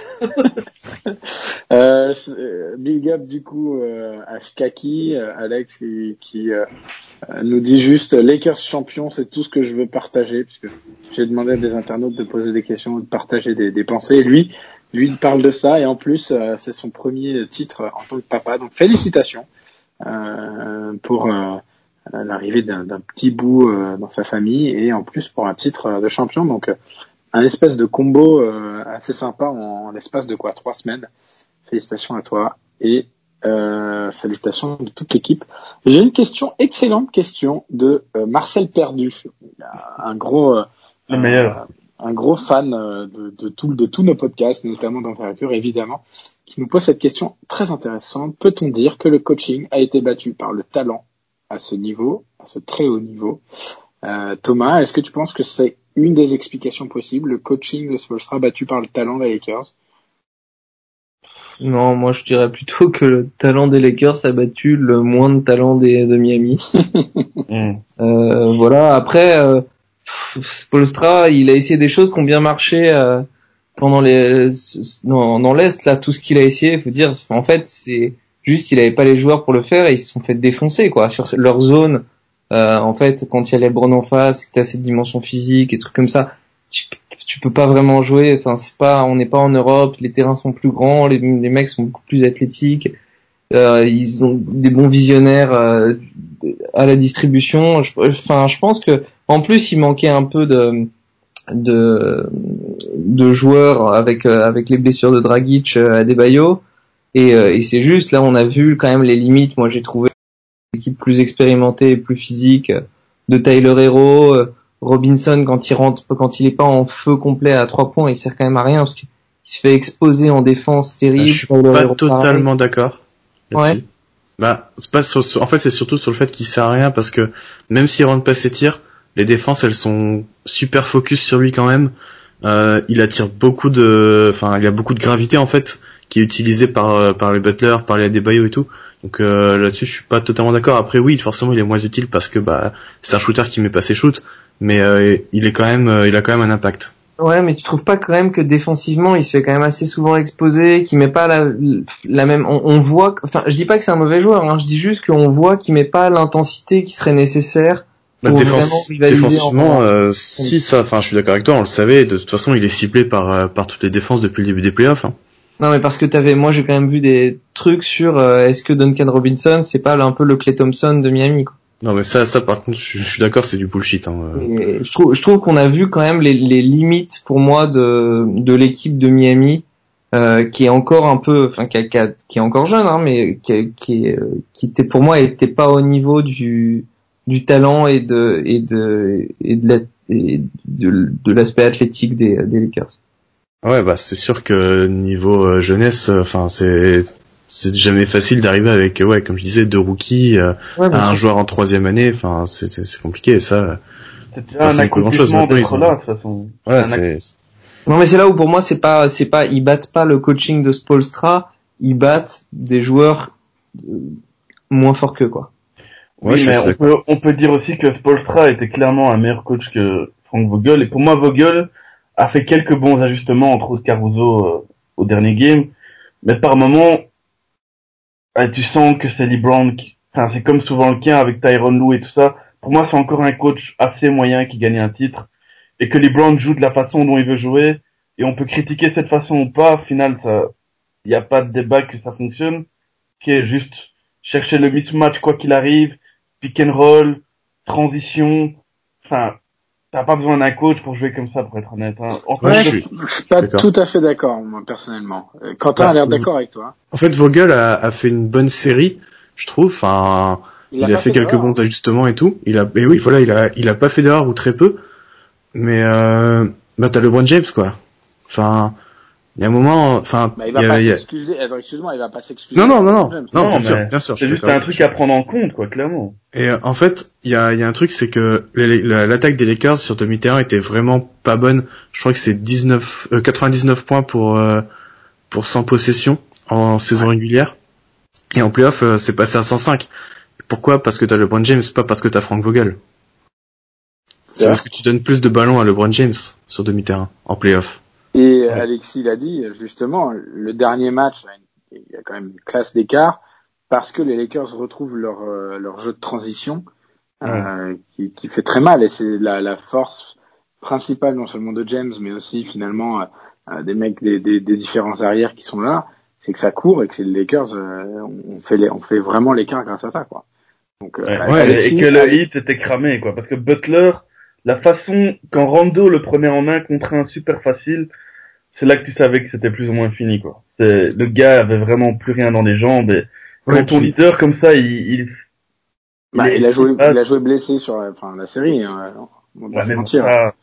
Big up du coup à Shkaki, Alex qui nous dit juste Lakers champion, c'est tout ce que je veux partager, puisque j'ai demandé à des internautes de poser des questions, de partager des pensées. Et lui il parle de ça, et en plus c'est son premier titre en tant que papa, donc félicitations pour l'arrivée d'un petit bout dans sa famille, et en plus pour un titre de champion, donc un espèce de combo assez sympa en l'espace de 3 semaines. Félicitations à toi et salutations de toute l'équipe. J'ai une excellente question de Marcel Perdu, un gros Le meilleur. Un gros fan de tous nos podcasts, notamment d'Envergure évidemment, qui nous pose cette question très intéressante. Peut-on dire que le coaching a été battu par le talent à ce niveau, à ce très haut niveau? Thomas, est-ce que tu penses que c'est une des explications possibles, le coaching de Spoelstra battu par le talent des Lakers? Non, moi je dirais plutôt que le talent des Lakers a battu le moins de talent de Miami. Voilà. Après, Spoelstra, il a essayé des choses qui ont bien marché pendant dans l'Est. Là, tout ce qu'il a essayé, il faut dire, en fait, c'est juste il avait pas les joueurs pour le faire et ils se sont fait défoncer quoi sur leur zone. En fait, quand il y a LeBron en face, que t'as cette dimension physique et trucs comme ça, tu peux pas vraiment jouer. Enfin, on n'est pas en Europe, les terrains sont plus grands, les mecs sont beaucoup plus athlétiques, ils ont des bons visionnaires à la distribution. Je pense que en plus il manquait un peu de joueurs avec les blessures de Dragic, Adebayo, et c'est juste là on a vu quand même les limites. Moi j'ai trouvé l'équipe plus expérimentée et plus physique de Tyler Hero, Robinson quand il est pas en feu complet à 3 points, il sert quand même à rien parce qu'il se fait exposer en défense terrible. Je suis pas totalement d'accord là-dessus. Ouais. Bah, c'est pas en fait, c'est surtout sur le fait qu'il sert à rien parce que même s'il rentre pas ses tirs, les défenses elles sont super focus sur lui quand même. Il attire il a beaucoup de gravité en fait qui est utilisée par les Butler, par les Adebayo et tout. Donc là-dessus, je suis pas totalement d'accord. Après oui, forcément, il est moins utile parce que c'est un shooter qui met pas ses shoots, mais il a quand même un impact. Ouais, mais tu trouves pas quand même que défensivement, il se fait quand même assez souvent exposer, qu'il met pas la même. On voit, enfin, je dis pas que c'est un mauvais joueur, hein, je dis juste qu'on voit qu'il met pas l'intensité qui serait nécessaire pour vraiment rivaliser. Défensivement, si ça, enfin, je suis d'accord avec toi, on le savait. De toute façon, il est ciblé par toutes les défenses depuis le début des playoffs. Hein. Non, mais parce que moi, j'ai quand même vu des trucs sur est-ce que Duncan Robinson, c'est pas un peu le Klay Thompson de Miami, quoi. Non, mais ça, par contre, je suis d'accord, c'est du bullshit. Hein. Et je trouve qu'on a vu quand même les limites pour moi de l'équipe de Miami, qui est encore un peu, enfin, qui est encore jeune, hein, mais qui était pour moi était pas au niveau du talent et de l'aspect athlétique des Lakers. Ouais, c'est sûr que niveau jeunesse, enfin c'est jamais facile d'arriver avec comme je disais 2 rookies à un joueur en 3e année, enfin c'est compliqué et ça. C'est déjà un accomplissement d'être là de toute façon. Ouais, Non, mais c'est là où pour moi c'est pas ils battent pas le coaching de Spoelstra, ils battent des joueurs moins forts qu'eux, quoi. Oui, mais on peut dire aussi que Spoelstra était clairement un meilleur coach que Frank Vogel, et pour moi Vogel a fait quelques bons ajustements, entre autres Caruso au dernier game, mais par moment, tu sens que c'est LeBron enfin, c'est comme souvent le cas avec Tyronn Lue et tout ça. Pour moi, c'est encore un coach assez moyen qui gagne un titre, et que LeBron joue de la façon dont il veut jouer, et on peut critiquer cette façon ou pas, au final, il n'y a pas de débat que ça fonctionne, qui est juste chercher le mismatch quoi qu'il arrive, pick and roll, transition, enfin, t'as pas besoin d'un coach pour jouer comme ça, pour être honnête. Hein. Je suis pas tout à fait d'accord, moi, personnellement. Quentin a l'air d'accord avec toi. En fait, Vogel a fait une bonne série, je trouve. Enfin, il a fait quelques bons ajustements et tout. Il a pas fait d'erreur ou très peu. Mais t'as LeBron James, quoi. Enfin, il y a un moment, enfin, il va pas s'excuser. Attends, excuse-moi, il va pas s'excuser. Non, bien sûr. C'est juste un truc à prendre en compte, quoi, clairement. Et en fait, il y a un truc, c'est que l'attaque des Lakers sur demi-terrain était vraiment pas bonne. Je crois que c'est 99 points pour 100 possessions en saison régulière. Et en playoff, c'est passé à 105. Pourquoi? Parce que t'as LeBron James, pas parce que t'as Frank Vogel. C'est parce que tu donnes plus de ballons à LeBron James sur demi-terrain, en play-off. Et Alexis l'a dit, justement, le dernier match, il y a quand même une classe d'écart, parce que les Lakers retrouvent leur jeu de transition, qui fait très mal, et c'est la force principale non seulement de James, mais aussi finalement des mecs des différents arrières qui sont là, c'est que ça court et que c'est les Lakers, on fait vraiment l'écart grâce à ça, quoi. Donc, Alexis, et que le hit était cramé, quoi, parce que Butler, la façon quand Rondo le prenait en 1 contre 1 super facile, c'est là que tu savais que c'était plus ou moins fini, quoi. Le gars avait vraiment plus rien dans les jambes, et quand ton leader comme ça, il a joué blessé sur la série, on va se mentir.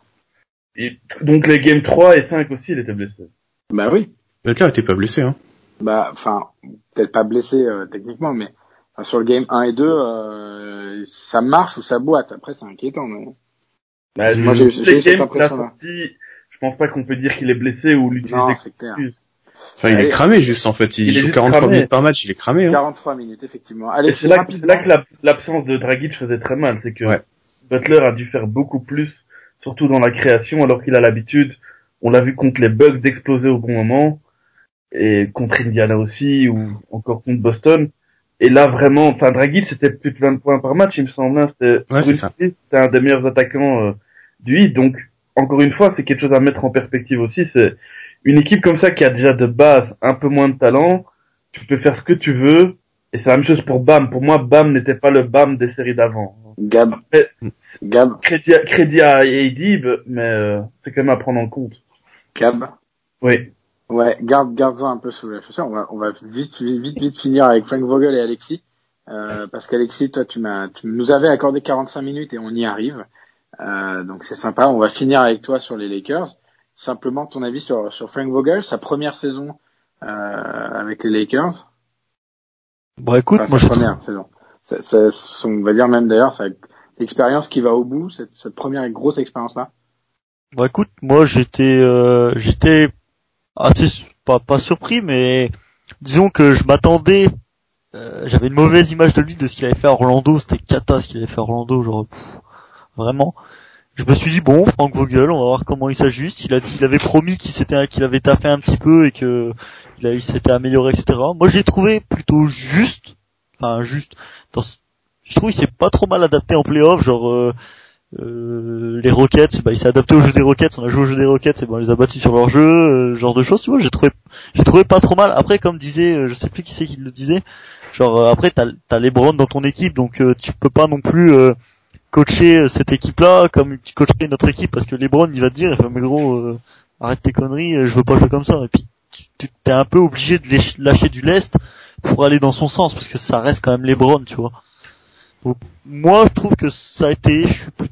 Donc les games 3 et 5 aussi, il était blessé. Bah oui. Butler était pas blessé, hein. Peut-être pas blessé techniquement, mais sur le game 1 et 2, ça marche ou ça boite. Après, c'est inquiétant. Mais... moi, j'ai cette impression-là. Je pense pas qu'on peut dire qu'il est blessé ou l'utiliser. Non, c'est clair. Enfin, il est cramé juste, en fait. Il joue 43 minutes par match, il est cramé. 43 minutes, effectivement. Allez, c'est là que l'absence de Dragic faisait très mal. C'est que Butler a dû faire beaucoup plus, surtout dans la création, alors qu'il a l'habitude, on l'a vu contre les Bucks, d'exploser au bon moment, et contre Indiana aussi, ou encore contre Boston. Et là, vraiment, Dragic, c'était plus de 20 points par match, il me semble. C'était un des meilleurs attaquants du Heat. Donc, encore une fois, c'est quelque chose à mettre en perspective aussi. C'est une équipe comme ça qui a déjà de base un peu moins de talent. Tu peux faire ce que tu veux. Et c'est la même chose pour Bam. Pour moi, Bam n'était pas le Bam des séries d'avant. Gab. Crédit à Adib, mais c'est quand même à prendre en compte. Gab. Oui. Ouais, garde-en un peu sous la chaussure. On va vite finir avec Frank Vogel et Alexis. Parce qu'Alexis, toi, tu nous avais accordé 45 minutes et on y arrive. Donc c'est sympa. On va finir avec toi sur les Lakers. Simplement ton avis sur Frank Vogel, sa première saison avec les Lakers. Bon, écoute, moi sa première saison. On va dire même d'ailleurs, l'expérience qui va au bout, cette première grosse expérience-là. Bon, écoute, moi j'étais assez pas surpris, mais disons que je m'attendais. J'avais une mauvaise image de lui, de ce qu'il avait fait à Orlando. C'était cata ce qu'il avait fait à Orlando, genre vraiment. Je me suis dit bon, Frank Vogel, on va voir comment il s'ajuste. Il avait promis qu'il avait taffé un petit peu et que il s'était amélioré, etc. Moi, j'ai trouvé plutôt juste. Je trouve qu'il s'est pas trop mal adapté en playoff, genre les Rockets, il s'est adapté au jeu des Rockets. On a joué au jeu des Rockets, et on les a battus sur leur jeu, genre de choses. Tu vois, j'ai trouvé pas trop mal. Après, comme disait, je sais plus qui c'est qui le disait. Genre après, t'as LeBron dans ton équipe, donc tu peux pas non plus coacher cette équipe-là comme tu coacherais notre équipe, parce que LeBron il va te dire, mais gros, arrête tes conneries, je veux pas jouer comme ça. Et puis t'es un peu obligé de lâcher du lest pour aller dans son sens, parce que ça reste quand même LeBron, tu vois. Donc moi je trouve que ça a été,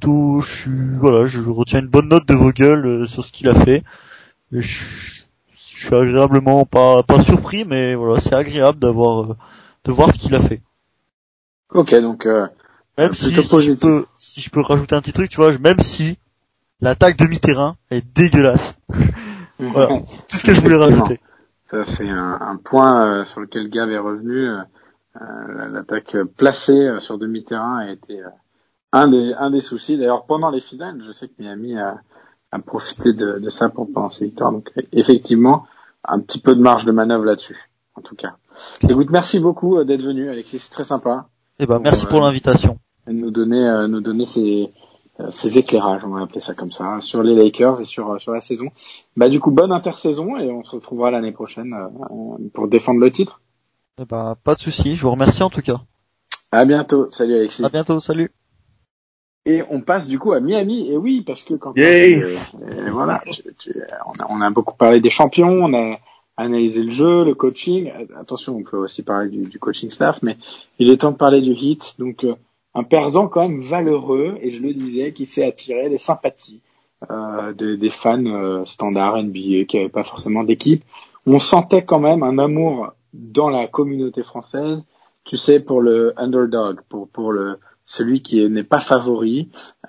je retiens une bonne note de Vogel sur ce qu'il a fait. Et je suis agréablement pas surpris, mais voilà, c'est agréable de voir ce qu'il a fait. Ok, donc même si je peux rajouter un petit truc, tu vois, même si l'attaque demi-terrain est dégueulasse. Voilà, c'est tout ce que je voulais rajouter. Ça c'est un point sur lequel Gab est revenu. L'attaque placée sur demi-terrain a été un des soucis. D'ailleurs, pendant les finales, je sais que Miami a profité de ça pendant ses victoires. Donc, effectivement, un petit peu de marge de manœuvre là-dessus, en tout cas. Écoute, merci beaucoup d'être venu, Alexis. C'est très sympa. Merci pour l'invitation. Nous donner ces éclairages, on va appeler ça comme ça, sur les Lakers et sur la saison. Du coup, bonne intersaison et on se retrouvera l'année prochaine pour défendre le titre. Pas de souci. Je vous remercie en tout cas. À bientôt. Salut Alexis. À bientôt. Salut. Et on passe du coup à Miami. Et oui, parce que quand voilà, on a beaucoup parlé des champions, on a analysé le jeu, le coaching. Attention, on peut aussi parler du coaching staff, mais il est temps de parler du Heat. Donc un perdant quand même valeureux, et je le disais, qui s'est attiré les sympathies des fans standards NBA qui n'avaient pas forcément d'équipe. On sentait quand même un amour dans la communauté française, tu sais, pour le underdog, pour celui qui n'est pas favori,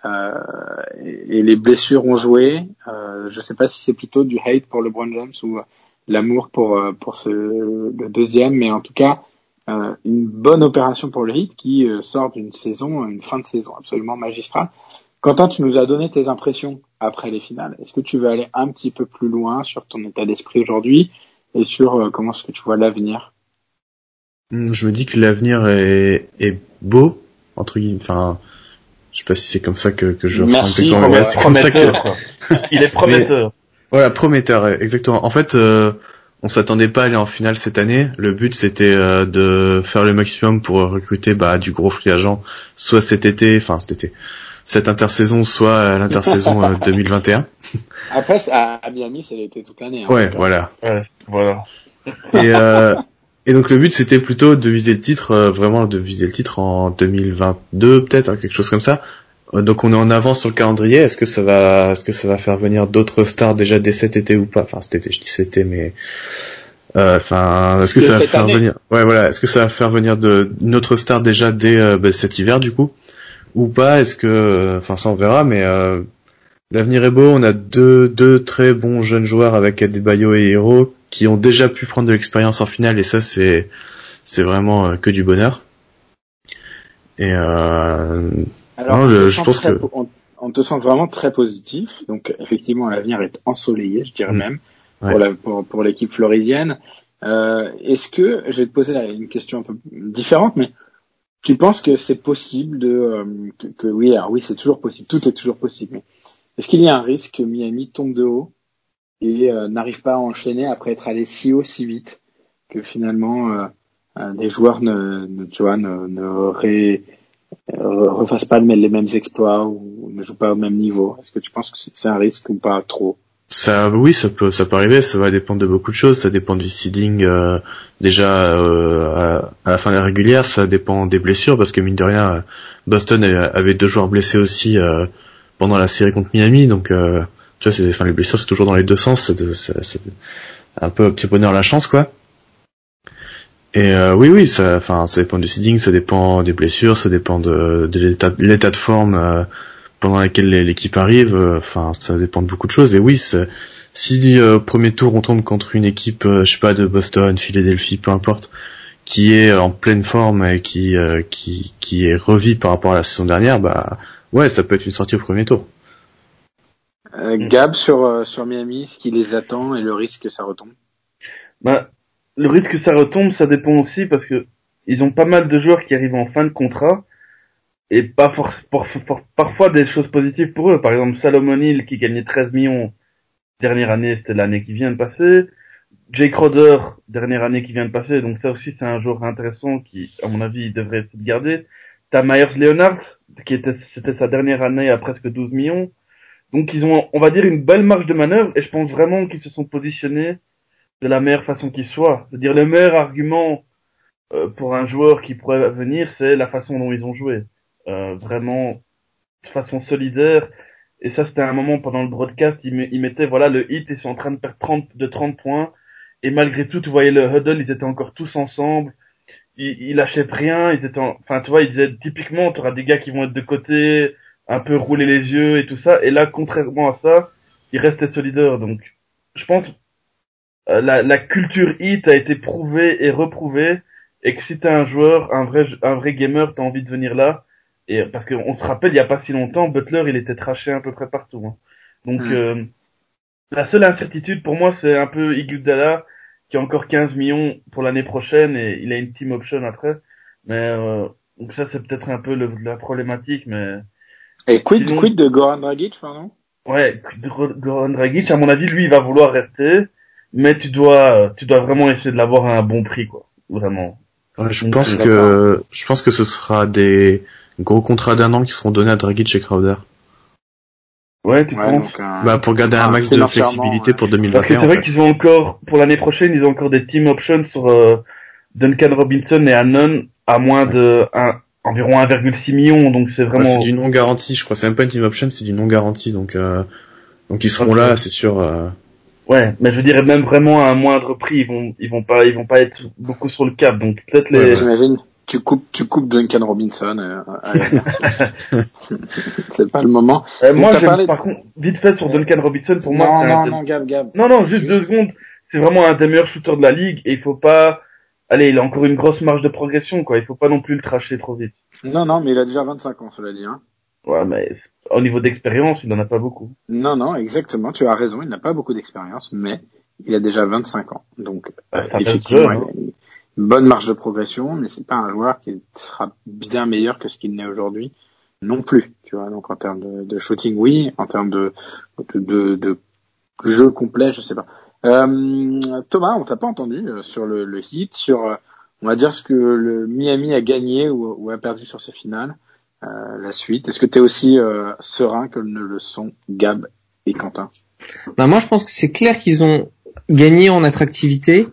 et les blessures ont joué. Je sais pas si c'est plutôt du hate pour LeBron James ou l'amour pour le deuxième, mais en tout cas une bonne opération pour le Heat qui sort une fin de saison absolument magistrale. Quentin, tu nous as donné tes impressions après les finales. Est-ce que tu veux aller un petit peu plus loin sur ton état d'esprit aujourd'hui et sur comment est-ce que tu vois l'avenir? Je me dis que l'avenir est beau, entre guillemets, enfin, je sais pas si c'est comme ça que je ressens. Merci, c'est comme ça que, quoi. Il est prometteur. Voilà, prometteur, exactement. En fait, on s'attendait pas à aller en finale cette année. Le but, c'était de faire le maximum pour recruter du gros free agent, soit cet été, cette intersaison, soit à l'intersaison 2021. Après, à Miami, c'est l'été toute l'année. Hein, Ouais, voilà. Ouais, voilà. Et donc le but, c'était plutôt de viser le titre, vraiment de viser le titre en 2022, peut-être, hein, quelque chose comme ça. Donc on est en avance sur le calendrier. Est-ce que ça va faire venir d'autres stars déjà dès cet été ou pas? Enfin cet été, je dis cet été, mais est-ce que ça va faire venir? Ouais, voilà. Est-ce que ça va faire venir une autre star déjà dès cet hiver du coup ou pas? Est-ce que, ça on verra. Mais l'avenir est beau. On a deux très bons jeunes joueurs avec Adebayo et Hero qui ont déjà pu prendre de l'expérience en finale et ça c'est vraiment que du bonheur. Et alors, je pense que on te sent vraiment très positif. Donc, effectivement, l'avenir est ensoleillé, je dirais même, ouais. pour l'équipe floridienne. Est-ce que, je vais te poser une question un peu différente, mais tu penses que c'est possible oui, alors oui, c'est toujours possible, tout est toujours possible, mais est-ce qu'il y a un risque que Miami tombe de haut et n'arrive pas à enchaîner après être allé si haut, si vite, que finalement, des joueurs refassent pas les mêmes exploits ou ne jouent pas au même niveau? Est-ce que tu penses que c'est un risque ou pas trop? Oui, ça peut arriver. Ça va dépendre de beaucoup de choses. Ça dépend du seeding déjà à la fin de la régulière. Ça dépend des blessures parce que mine de rien, Boston avait 2 joueurs blessés aussi pendant la série contre Miami. Donc tu vois, les blessures c'est toujours dans les deux sens. C'est un peu petit bonheur la chance quoi. Et oui, ça dépend du seeding, ça dépend des blessures, ça dépend de l'état de forme pendant laquelle l'équipe arrive. Ça dépend de beaucoup de choses. Et oui, si premier tour on tombe contre une équipe, je sais pas, de Boston, Philadelphie, peu importe, qui est en pleine forme et qui est revie par rapport à la saison dernière, ouais, ça peut être une sortie au premier tour. Gab sur Miami, ce qui les attend et le risque que ça retombe. Le risque que ça retombe, ça dépend aussi parce que ils ont pas mal de joueurs qui arrivent en fin de contrat et pas parfois des choses positives pour eux. Par exemple, Salomon Hill qui gagnait 13 millions dernière année, c'était l'année qui vient de passer. Jake Crowder, dernière année qui vient de passer, donc ça aussi c'est un joueur intéressant qui, à mon avis, devrait essayer de garder. T'as Myers Leonard, c'était sa dernière année à presque 12 millions. Donc ils ont, on va dire, une belle marge de manœuvre et je pense vraiment qu'ils se sont positionnés de la meilleure façon qui soit. C'est-à-dire le meilleur argument pour un joueur qui pourrait venir, c'est la façon dont ils ont joué. Vraiment de façon solidaire. Et ça, c'était un moment pendant le broadcast, ils mettaient, voilà, le hit, ils sont en train de perdre 30 points. Et malgré tout, tu voyais le huddle, ils étaient encore tous ensemble. Ils lâchaient rien, enfin, tu vois, ils disaient, typiquement, tu auras des gars qui vont être de côté, un peu rouler les yeux et tout ça. Et là, contrairement à ça, ils restaient solidaires. Donc, je pense, la culture hit a été prouvée et reprouvée. Et que si t'es un joueur, un vrai gamer, t'as envie de venir là. Et parce qu'on se rappelle, il y a pas si longtemps, Butler, il était trashé à peu près partout. Hein. Donc, la seule incertitude pour moi, c'est un peu Iguodala, qui a encore 15 millions pour l'année prochaine et il a une team option après. Mais donc ça, c'est peut-être un peu la problématique. Mais et quid de Goran Dragic, pardon? Ouais, Goran Dragic, à mon avis, lui, il va vouloir rester, mais tu dois vraiment essayer de l'avoir à un bon prix, quoi. Vraiment. Ouais, je pense que ce sera des gros contrats d'1 an qui seront donnés à Dragic et Crowder. Ouais, tu penses? Donc, pour garder un max de flexibilité pour 2021. Parce que c'est vrai qu'ils ont encore, pour l'année prochaine, ils ont encore des team options sur Duncan Robinson et Hannon à moins de environ 1,6 million, donc c'est vraiment... c'est du non garanti, je crois. C'est même pas une team option, c'est du non garanti, donc ils seront là, c'est sûr. Ouais, mais je dirais même vraiment à un moindre prix, ils vont pas être beaucoup sur le cap, donc peut-être les... Ouais. J'imagine, tu coupes Duncan Robinson, c'est pas le moment. Moi, par contre, vite fait sur Duncan Robinson, pour moi, c'est Gab. Non, juste 2 secondes. C'est vraiment un des meilleurs shooters de la ligue et il faut pas, allez, il a encore une grosse marge de progression, quoi. Il faut pas non plus le trasher trop vite. Non, mais il a déjà 25 ans, cela dit, hein. Ouais, mais au niveau d'expérience, il en a pas beaucoup. Non, exactement, tu as raison, il n'a pas beaucoup d'expérience, mais il a déjà 25 ans. Donc, Ça reste effectivement, jeune, il a une bonne marge de progression, mais c'est pas un joueur qui sera bien meilleur que ce qu'il n'est aujourd'hui non plus, tu vois. Donc, en termes de shooting, oui, en termes de jeu complet, je sais pas. Thomas, on t'a pas entendu sur le hit, sur, on va dire ce que le Miami a gagné ou a perdu sur ces finales. La suite. Est-ce que tu es aussi serein que ne le sont Gab et Quentin? Bah moi je pense que c'est clair qu'ils ont gagné en attractivité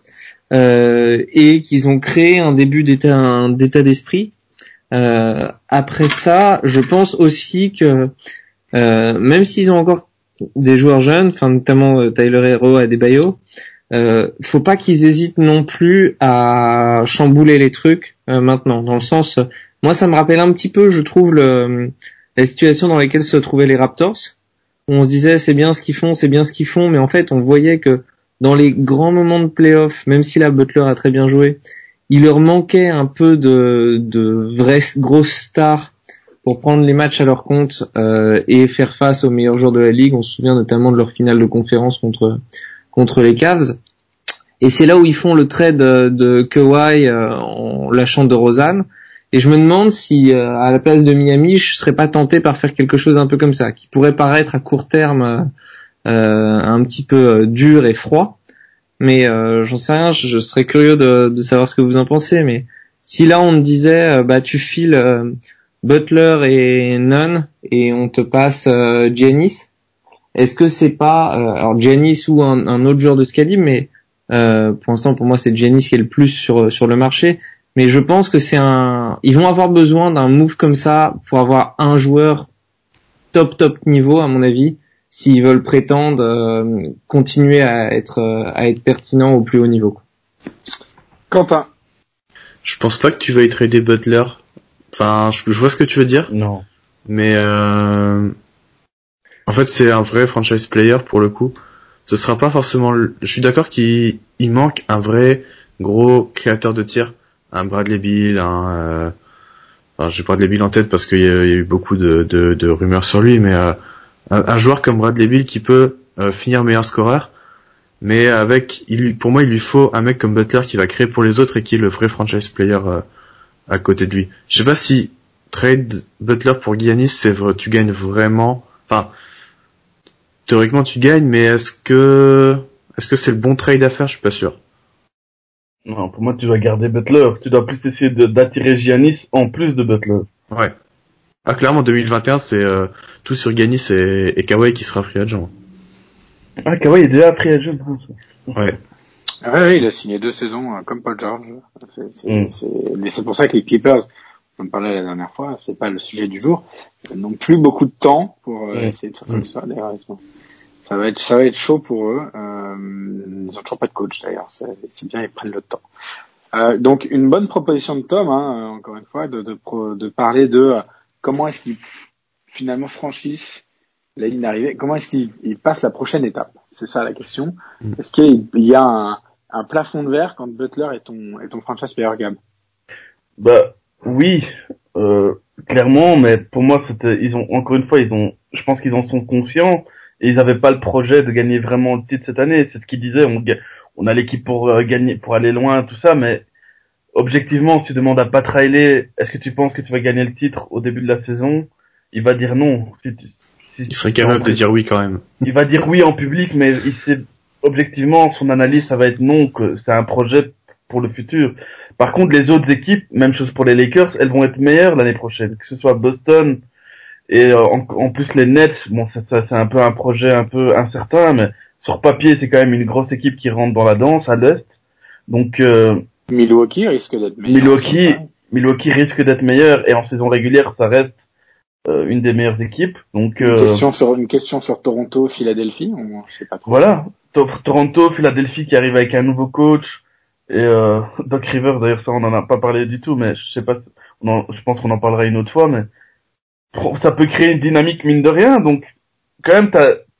et qu'ils ont créé un début d'état d'esprit. Après ça, je pense aussi que même s'ils ont encore des joueurs jeunes, enfin notamment Tyler Hero et Adebayo, faut pas qu'ils hésitent non plus à chambouler les trucs maintenant. Dans le sens, moi ça me rappelle un petit peu, je trouve, la situation dans laquelle se trouvaient les Raptors. Où on se disait c'est bien ce qu'ils font, mais en fait on voyait que dans les grands moments de playoff, même si la Butler a très bien joué, il leur manquait un peu de vraies grosses stars pour prendre les matchs à leur compte et faire face aux meilleurs joueurs de la ligue. On se souvient notamment de leur finale de conférence contre les Cavs. Et c'est là où ils font le trade de Kawhi en lâchant DeRozan. Et je me demande si, à la place de Miami, je serais pas tenté par faire quelque chose un peu comme ça, qui pourrait paraître à court terme un petit peu dur et froid. Mais j'en sais rien, je serais curieux de savoir ce que vous en pensez. Mais si là on te disait, bah tu files Butler et Nunn et on te passe Giannis, est-ce que c'est pas alors Giannis ou un autre joueur de ce calibre, mais pour l'instant pour moi c'est Giannis qui est le plus sur le marché, mais je pense que ils vont avoir besoin d'un move comme ça pour avoir un joueur top niveau à mon avis s'ils veulent prétendre continuer à être pertinent au plus haut niveau. Quentin. Je pense pas que tu vas y trader Butler. Enfin, je vois ce que tu veux dire. Non. Mais en fait, c'est un vrai franchise player pour le coup. Ce sera pas forcément. Je suis d'accord qu'il manque un vrai gros créateur de tir, un Bradley Beal, enfin, j'ai Bradley Beal en tête parce qu'il y a eu beaucoup de rumeurs sur lui, mais un joueur comme Bradley Beal qui peut finir meilleur scoreur, mais pour moi, il lui faut un mec comme Butler qui va créer pour les autres et qui est le vrai franchise player à côté de lui. Je sais pas si trade Butler pour Giannis, c'est vrai, tu gagnes vraiment. Enfin, théoriquement tu gagnes, mais est-ce que c'est le bon trade à faire? Je suis pas sûr. Non, pour moi, tu dois garder Butler. Tu dois plus essayer d'attirer Giannis en plus de Butler. Ouais. Ah, clairement, 2021, c'est tout sur Giannis et Kawhi qui sera free agent. Ah, Kawhi est déjà free agent. Ouais. Ouais, il a signé 2 saisons comme Paul George. Mais c'est pour ça que les Clippers, on en parlait la dernière fois, c'est pas le sujet du jour, n'ont plus beaucoup de temps pour essayer de faire comme ça. D'ailleurs, ça va être chaud pour eux. Ils ont toujours pas de coach d'ailleurs. C'est bien, ils prennent le temps. Donc une bonne proposition de Tom, encore une fois, de parler de comment est-ce qu'ils finalement franchissent la ligne d'arrivée, comment est-ce qu'ils passent la prochaine étape. C'est ça la question. Est-ce qu'il y a un plafond de verre quand Butler est ton franchise player, Gab? Bah oui, clairement, mais pour moi je pense qu'ils en sont conscients et ils avaient pas le projet de gagner vraiment le titre cette année. C'est ce qu'ils disaient, on a l'équipe pour gagner, pour aller loin, tout ça, mais objectivement, si tu demandes à Pat Riley, est-ce que tu penses que tu vas gagner le titre au début de la saison, il va dire non. Il serait capable de dire oui quand même. Il va dire oui en public, mais il sait objectivement son analyse, ça va être non, que c'est un projet pour le futur. Par contre, les autres équipes, même chose pour les Lakers, elles vont être meilleures l'année prochaine, que ce soit Boston et en plus les Nets. Bon, ça c'est un peu un projet un peu incertain, mais sur papier, c'est quand même une grosse équipe qui rentre dans la danse à l'est. Donc Milwaukee risque d'être meilleur. Milwaukee risque d'être meilleur et en saison régulière, ça reste une des meilleures équipes. Donc une question sur Toronto, Philadelphie, je sais pas trop. Voilà, Toronto, Philadelphie qui arrive avec un nouveau coach et Doc Rivers, d'ailleurs ça on en a pas parlé du tout, mais je sais pas, je pense qu'on en parlera une autre fois, mais ça peut créer une dynamique mine de rien. Donc quand même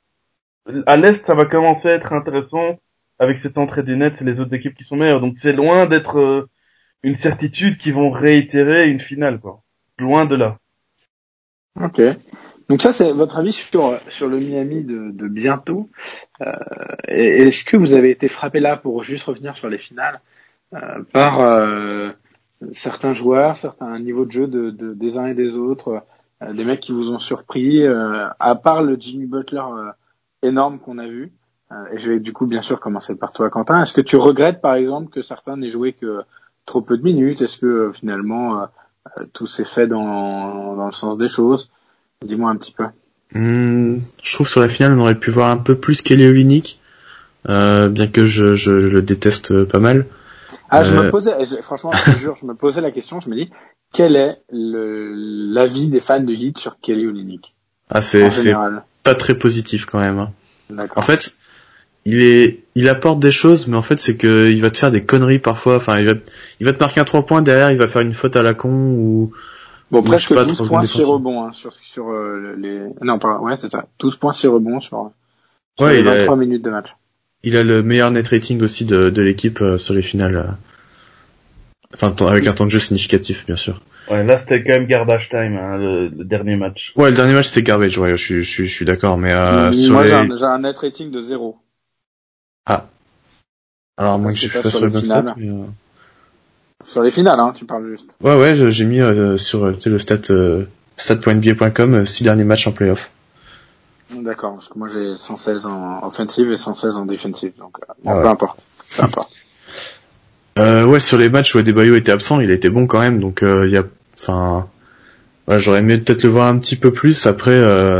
à l'est ça va commencer à être intéressant avec cette entrée des Nets et les autres équipes qui sont meilleures. Donc c'est loin d'être une certitude qu'ils vont réitérer une finale, quoi. Loin de là. Ok. Donc ça, c'est votre avis sur le Miami de bientôt. Est-ce que vous avez été frappé là, pour juste revenir sur les finales, par certains joueurs, certains niveaux de jeu des uns et des autres, des mecs qui vous ont surpris, à part le Jimmy Butler énorme qu'on a vu. Et je vais du coup bien sûr commencer par toi, Quentin. Est-ce que tu regrettes par exemple que certains n'aient joué que trop peu de minutes? Est-ce que finalement tout s'est fait dans le sens des choses? Dis-moi un petit peu. Je trouve sur la finale on aurait pu voir un peu plus Kelly Olynyk, bien que je le déteste pas mal. Je me posais, franchement, je te jure, je me posais la question, je me dis, quel est l'avis des fans de Heat sur Kelly Olynyk en c'est général? pas très positif quand même. Hein. D'accord. En fait, il apporte des choses, mais en fait c'est que il va te faire des conneries parfois. Enfin, il va te marquer un 3 points derrière, il va faire une faute à la con ou Presque je sais pas, 12 points 6 rebonds, hein, sur les, non, pas, ouais, c'est ça. 12 points 6 rebonds sur les 23 minutes de match. Il a le meilleur net rating aussi de l'équipe sur les finales. Enfin, avec un temps de jeu significatif, bien sûr. Ouais, là c'était quand même garbage time, hein, le dernier match. Ouais, le dernier match c'était garbage, ouais, je suis d'accord, mais moi j'ai un net rating de 0. Ah. Alors moi que j'ai pas sur le finale. Sur les finales, hein, tu parles juste. Ouais, j'ai mis sur le stat.nba.com 6 derniers matchs en playoff. D'accord, parce que moi j'ai 116 en offensive et 116 en defensive, donc peu importe. Ouais, sur les matchs où Adebayo était absent, il a été bon quand même, donc j'aurais aimé peut-être le voir un petit peu plus. Après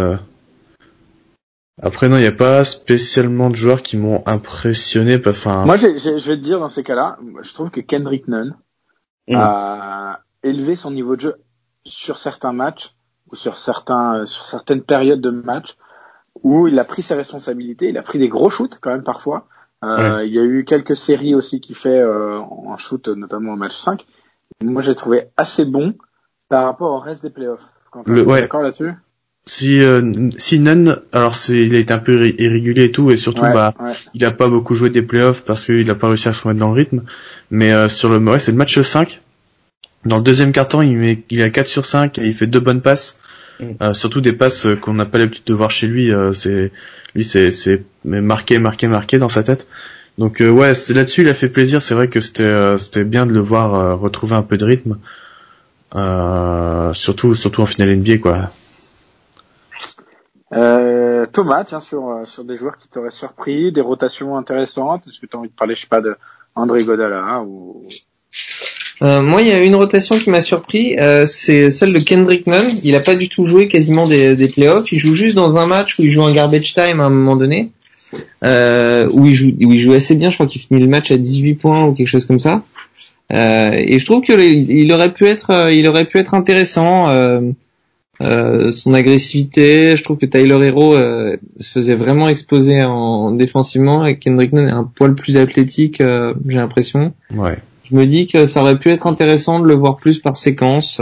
non, il n'y a pas spécialement de joueurs qui m'ont impressionné. Moi, je vais te dire, dans ces cas-là, je trouve que Kendrick Nunn a élevé son niveau de jeu sur certains matchs ou sur certaines périodes de match où il a pris ses responsabilités, il a pris des gros shoots quand même parfois. Il y a eu quelques séries aussi qu'il fait en shoot, notamment au match 5. Moi, j'ai trouvé assez bon par rapport au reste des playoffs. Quentin, tu es d'accord là-dessus? Si Nunn, alors il a été un peu irrégulier et tout, et surtout il a pas beaucoup joué des playoffs parce qu'il a pas réussi à se remettre dans le rythme. Mais c'est le match 5. Dans le deuxième quart-temps, il a 4 sur 5 et il fait 2 bonnes passes. Surtout des passes qu'on n'a pas l'habitude de voir chez lui. C'est marqué dans sa tête. Donc c'est là-dessus il a fait plaisir. C'est vrai que c'était bien de le voir retrouver un peu de rythme. Surtout en finale NBA quoi. Thomas, tiens, sur des joueurs qui t'auraient surpris, des rotations intéressantes. Est-ce que tu as envie de parler, je sais pas, de André Godala ou... Moi, il y a une rotation qui m'a surpris, c'est celle de Kendrick Nunn. Il a pas du tout joué quasiment des playoffs. Il joue juste dans un match où il joue en garbage time à un moment donné, où il joue assez bien. Je crois qu'il finit le match à 18 points ou quelque chose comme ça. Et je trouve que il aurait pu être intéressant. Son agressivité, je trouve que Tyler Hero se faisait vraiment exploser défensivement, et Kendrick Nunn est un poil plus athlétique, j'ai l'impression. Ouais. Je me dis que ça aurait pu être intéressant de le voir plus par séquence.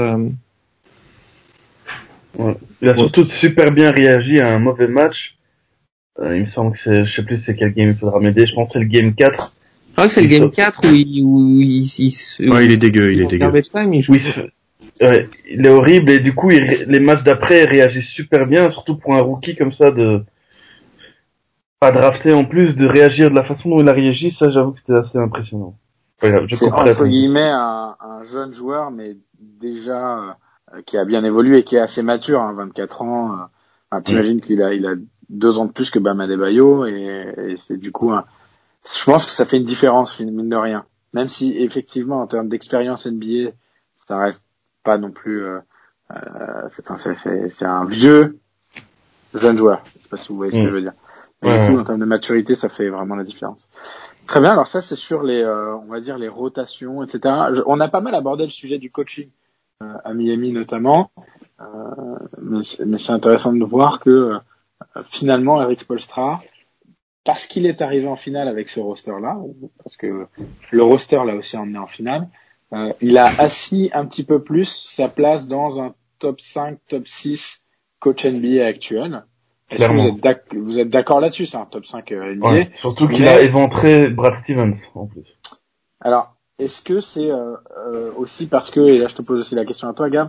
Ouais. Il a surtout super bien réagi à un mauvais match. Il me semble que je sais plus c'est quel game il faudra m'aider, je pense que c'est le game 4. Je crois que c'est le game 4 où il est dégueu, il est dégueu. Time, ouais, il est horrible et du coup les matchs d'après il réagit super bien, surtout pour un rookie comme ça de pas drafté en plus, de réagir de la façon dont il a réagi, ça j'avoue que c'était assez impressionnant. C'est entre guillemets un jeune joueur, mais déjà qui a bien évolué et qui est assez mature, hein, 24 ans. T'imagines qu'il a 2 ans de plus que Bam Adebayo et c'est du coup je pense que ça fait une différence, mine de rien. Même si effectivement en termes d'expérience NBA, ça reste pas non plus. C'est un vieux jeune joueur. Je sais pas si vous voyez ce que je veux dire. Et du coup, en termes de maturité, ça fait vraiment la différence. Très bien. Alors ça, c'est sur les, on va dire les rotations, etc. On a pas mal abordé le sujet du coaching à Miami notamment, mais c'est intéressant de voir que finalement, Eric Spoelstra, parce qu'il est arrivé en finale avec ce roster-là, parce que le roster l'a aussi emmené en finale, il a assis un petit peu plus sa place dans un top 5, top 6 coach NBA actuel. Est-ce que vous êtes d'accord là-dessus? C'est un top 5 NBA. Ouais, surtout qu'il a éventré Brad Stevens, en plus. Alors, est-ce que c'est aussi parce que, et là je te pose aussi la question à toi, Gab,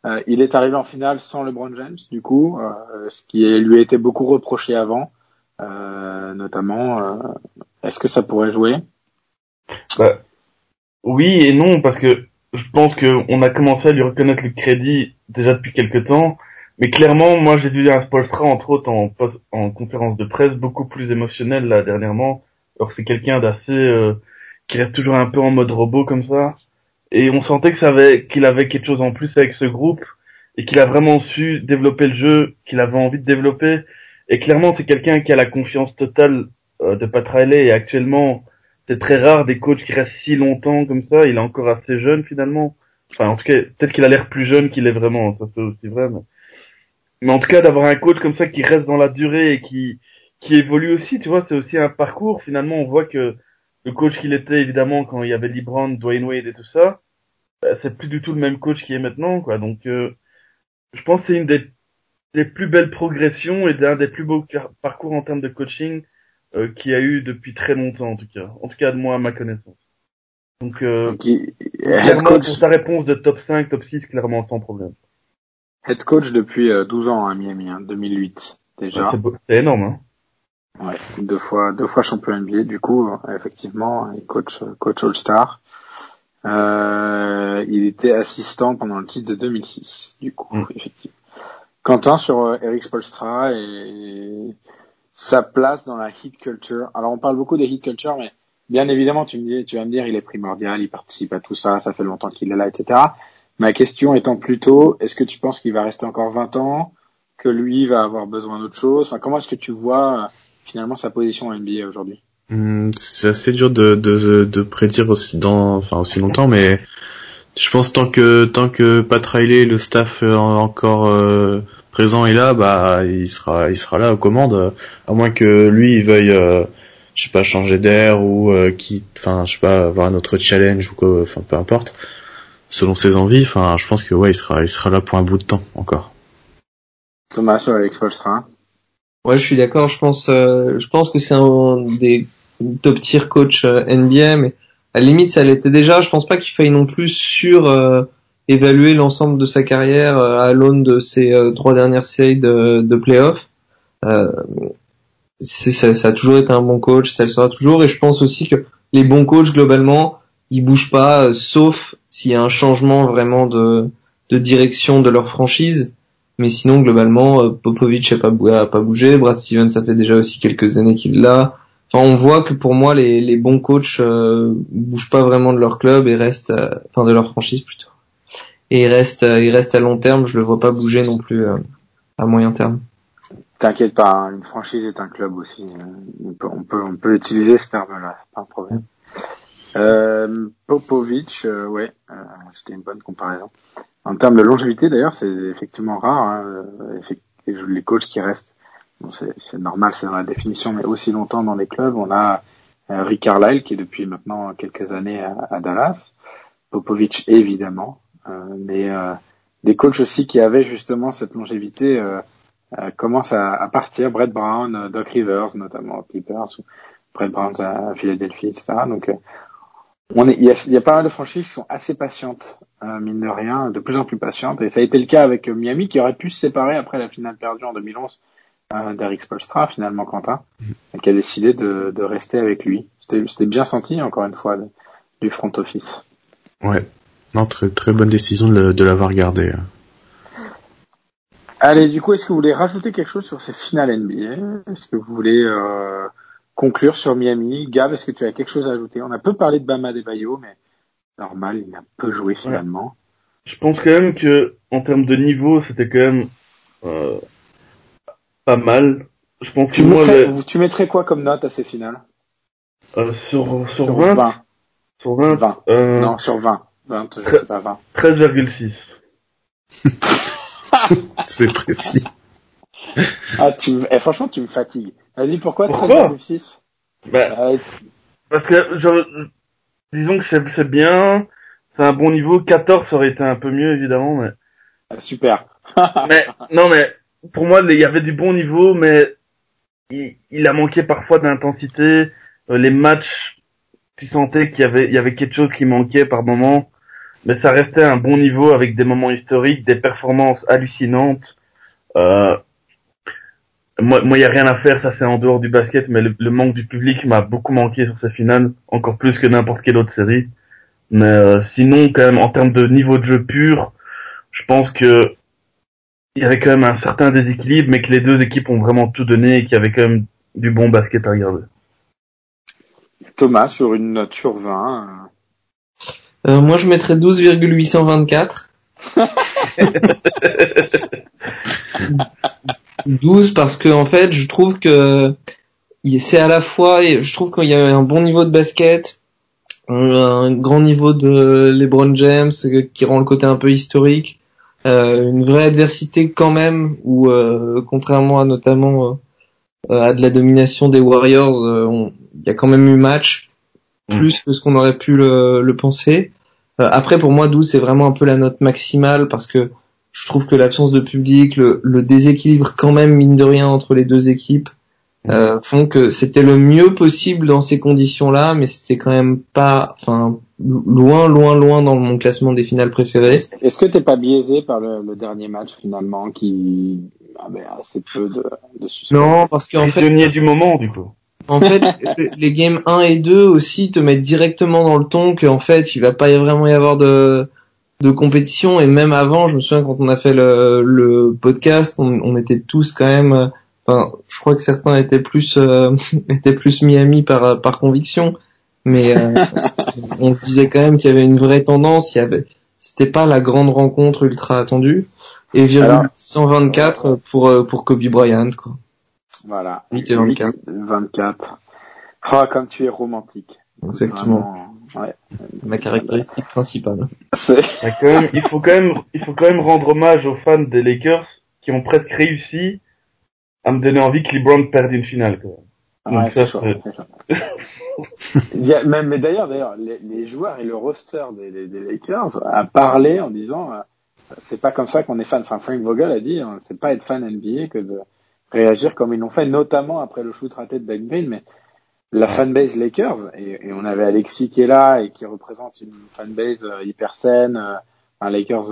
Il est arrivé en finale sans LeBron James, du coup, ce qui lui a été beaucoup reproché avant, notamment. Est-ce que ça pourrait jouer? Bah, oui et non, parce que je pense qu'on a commencé à lui reconnaître le crédit déjà depuis quelques temps, mais clairement, moi j'ai vu un Spoelstra, entre autres en conférence de presse, beaucoup plus émotionnel là dernièrement. Alors c'est quelqu'un d'assez qui reste toujours un peu en mode robot comme ça, et on sentait qu'il avait quelque chose en plus avec ce groupe et qu'il a vraiment su développer le jeu qu'il avait envie de développer. Et clairement, c'est quelqu'un qui a la confiance totale de Pat Riley, et actuellement c'est très rare des coachs qui restent si longtemps comme ça. Il est encore assez jeune finalement. Enfin, en tout cas, peut-être qu'il a l'air plus jeune qu'il est vraiment. Ça c'est aussi vrai. Mais en tout cas, d'avoir un coach comme ça qui reste dans la durée et qui évolue aussi, tu vois, c'est aussi un parcours. Finalement, on voit que le coach qu'il était évidemment quand il y avait LeBron, Dwayne Wade et tout ça, c'est plus du tout le même coach qui est maintenant, quoi. Donc, je pense que c'est une des plus belles progressions et d'un des plus beaux parcours en termes de coaching qu'il y a eu depuis très longtemps, en tout cas de moi à ma connaissance. Donc, Donc, head clairement, coach, pour ta réponse de top 5, top 6, clairement, sans problème. head coach depuis 12 ans à Miami, 2008 Ouais, déjà. c'est énorme, hein. Ouais, deux fois champion NBA. Du coup, effectivement, il coach All-Star. Il était assistant pendant le titre de 2006. Du coup, effectivement. Quentin sur Eric Spoelstra et sa place dans la hit culture. Alors, on parle beaucoup des hit culture, mais bien évidemment, tu vas me dire, il est primordial, il participe à tout ça, ça fait longtemps qu'il est là, etc. Ma question étant plutôt, est-ce que tu penses qu'il va rester encore 20 ans, que lui va avoir besoin d'autre chose? Enfin, comment est-ce que tu vois finalement sa position en NBA aujourd'hui? C'est assez dur de prédire aussi longtemps, mais je pense tant que Pat Riley, le staff encore présent est là, bah il sera là aux commandes, à moins que lui il veuille je sais pas changer d'air ou je sais pas avoir un autre challenge ou quoi, enfin peu importe, selon ses envies. Enfin, je pense que ouais, il sera là pour un bout de temps encore. Thomas sur Alex Spoelstra. Ouais, je suis d'accord. Je pense que c'est un des top tier coach NBA, mais à la limite, ça l'était déjà. Je pense pas qu'il faille non plus évaluer l'ensemble de sa carrière à l'aune de ses 3 dernières séries de playoffs. Euh, ça a toujours été un bon coach, ça le sera toujours. Et je pense aussi que les bons coachs globalement, ils bougent pas, sauf s'il y a un changement vraiment de direction de leur franchise. Mais sinon, globalement, Popovich a pas bougé. Brad Stevens, ça fait déjà aussi quelques années qu'il l'a. Enfin, on voit que pour moi, les bons coachs bougent pas vraiment de leur club et restent, enfin de leur franchise plutôt. Et ils restent à long terme. Je le vois pas bouger non plus à moyen terme. T'inquiète pas, hein, une franchise est un club aussi. On peut utiliser ce terme-là, c'est pas un problème. Popovich, ouais, c'était une bonne comparaison. En termes de longévité, d'ailleurs, c'est effectivement rare. Hein, les coachs qui restent, bon, c'est normal, c'est dans la définition, mais aussi longtemps dans les clubs. On a Rick Carlisle qui est depuis maintenant quelques années à Dallas. Popovich évidemment, mais des coachs aussi qui avaient justement cette longévité commencent à partir. Brett Brown, Doc Rivers notamment aux Clippers, ou Brett Brown à Philadelphie, etc. Donc il y a pas mal de franchises qui sont assez patientes, mine de rien, de plus en plus patientes, et ça a été le cas avec Miami qui aurait pu se séparer après la finale perdue en 2011 d'Eric Spoelstra, finalement Quentin, qui a décidé de rester avec lui. C'était bien senti, encore une fois, du front office. Ouais, non, très très bonne décision de l'avoir gardé. Allez, du coup, est-ce que vous voulez rajouter quelque chose sur ces finales NBA? Est-ce que vous voulez conclure sur Miami? Gab, est-ce que tu as quelque chose à ajouter? On a peu parlé de Bam Adebayo, mais normal, il a peu joué finalement. Je pense quand même que en termes de niveau, c'était quand même pas mal. Je pense que Tu mettrais quoi comme note à ces finales? Sur 20, 20. sur 20, 20. Non, sur 20. 20, je sais pas, 20. 13,6. C'est précis. Ah, franchement, tu me fatigues. Vas-y, pourquoi Pourquoi? 13,6? Parce que disons que c'est bien, c'est un bon niveau. 14 ça aurait été un peu mieux évidemment, mais Super. mais pour moi il y avait du bon niveau, mais il a manqué parfois d'intensité. Les matchs, tu sentais il y avait quelque chose qui manquait par moment. mais ça restait un bon niveau avec des moments historiques, des performances hallucinantes. Moi, y a rien à faire, ça c'est en dehors du basket, mais le manque du public m'a beaucoup manqué sur ces finales, encore plus que n'importe quelle autre série. Mais sinon, quand même, en termes de niveau de jeu pur, je pense que il y avait quand même un certain déséquilibre, mais que les deux équipes ont vraiment tout donné et qu'il y avait quand même du bon basket à regarder. Thomas, sur une note sur 20. Moi, je mettrais 12,824. 12 parce que en fait, je trouve que c'est à la fois, je trouve qu'il y a un bon niveau de basket, un grand niveau de LeBron James qui rend le côté un peu historique, une vraie adversité quand même où contrairement à notamment à de la domination des Warriors, il y a quand même eu match plus que ce qu'on aurait pu le penser. Après pour moi 12 c'est vraiment un peu la note maximale parce que je trouve que l'absence de public, le déséquilibre quand même mine de rien entre les deux équipes font que c'était le mieux possible dans ces conditions-là, mais c'était quand même pas, enfin loin dans mon classement des finales préférées. Est-ce que t'es pas biaisé par le dernier match finalement qui avait assez peu de suspense? Non, parce qu'en fait, prisonnier du moment du coup. En fait, les games 1 et 2 aussi te mettent directement dans le ton qu'en fait, il va pas vraiment y avoir de compétition. Et même avant, je me souviens quand on a fait le podcast, on était tous quand même, enfin, je crois que certains étaient plus Miami par conviction. Mais, on se disait quand même qu'il y avait une vraie tendance, c'était pas la grande rencontre ultra attendue. Et 124 pour Kobe Bryant, quoi. Voilà. 8-24. Oh, comme tu es romantique. Exactement. Vraiment, ouais. Ma caractéristique principale. Il faut quand même rendre hommage aux fans des Lakers qui ont presque réussi à me donner envie que LeBron perde une finale, quoi. Ouais, c'est chaud. Mais d'ailleurs, les joueurs et le roster des Lakers a parlé en disant, c'est pas comme ça qu'on est fan. Enfin, Frank Vogel a dit, c'est pas être fan NBA que de réagir comme ils l'ont fait, notamment après le shoot raté de Danny Green, mais la fanbase Lakers, et on avait Alexis qui est là et qui représente une fanbase hyper saine, Lakers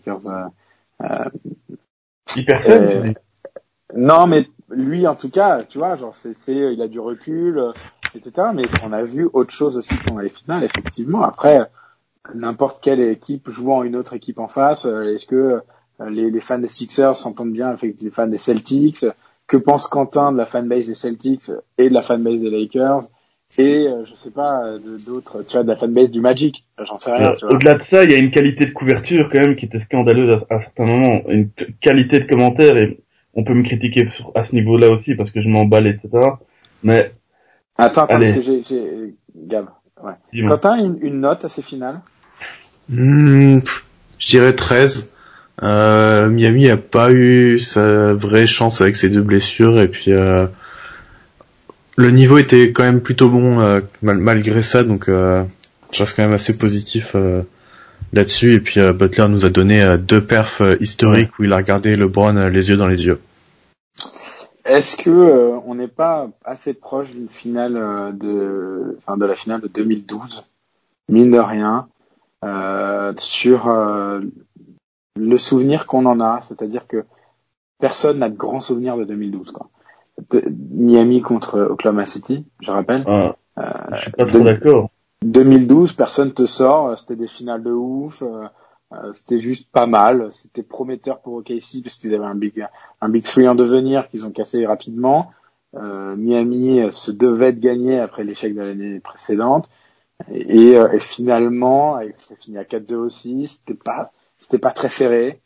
hyper saine, non, mais lui en tout cas, tu vois, genre il a du recul, etc. Mais on a vu autre chose aussi pendant les finales, effectivement. Après, n'importe quelle équipe jouant une autre équipe en face, est-ce que les fans des Sixers s'entendent bien avec les fans des Celtics? Que pense Quentin de la fanbase des Celtics et de la fanbase des Lakers? Et je sais pas d'autres, tu vois, de la fanbase du Magic, j'en sais rien. Tu vois. Au-delà de ça, il y a une qualité de couverture quand même qui était scandaleuse à certains moments, une qualité de commentaire, et on peut me critiquer à ce niveau-là aussi parce que je m'emballe, etc. Mais attends, parce que j'ai Gab. Ouais. Dis-moi. Quentin, une note à ces finales? Je dirais 13. Miami a pas eu sa vraie chance avec ses deux blessures, et puis le niveau était quand même plutôt bon malgré ça, donc je reste quand même assez positif là-dessus. Et puis Butler nous a donné deux perfs historiques où il a regardé LeBron les yeux dans les yeux. Est-ce que on n'est pas assez proche d'une finale de la finale de 2012, mine de rien, sur le souvenir qu'on en a, c'est-à-dire que personne n'a de grands souvenirs de 2012, quoi. Miami contre Oklahoma City, je rappelle. Je suis pas trop d'accord. 2012, personne te sort, c'était des finales de ouf, c'était juste pas mal, c'était prometteur pour OKC parce qu'ils avaient un big three en devenir qu'ils ont cassé rapidement. Miami se devait de gagner après l'échec de l'année précédente et finalement, ça finit à 4-2 aussi, c'était pas très serré.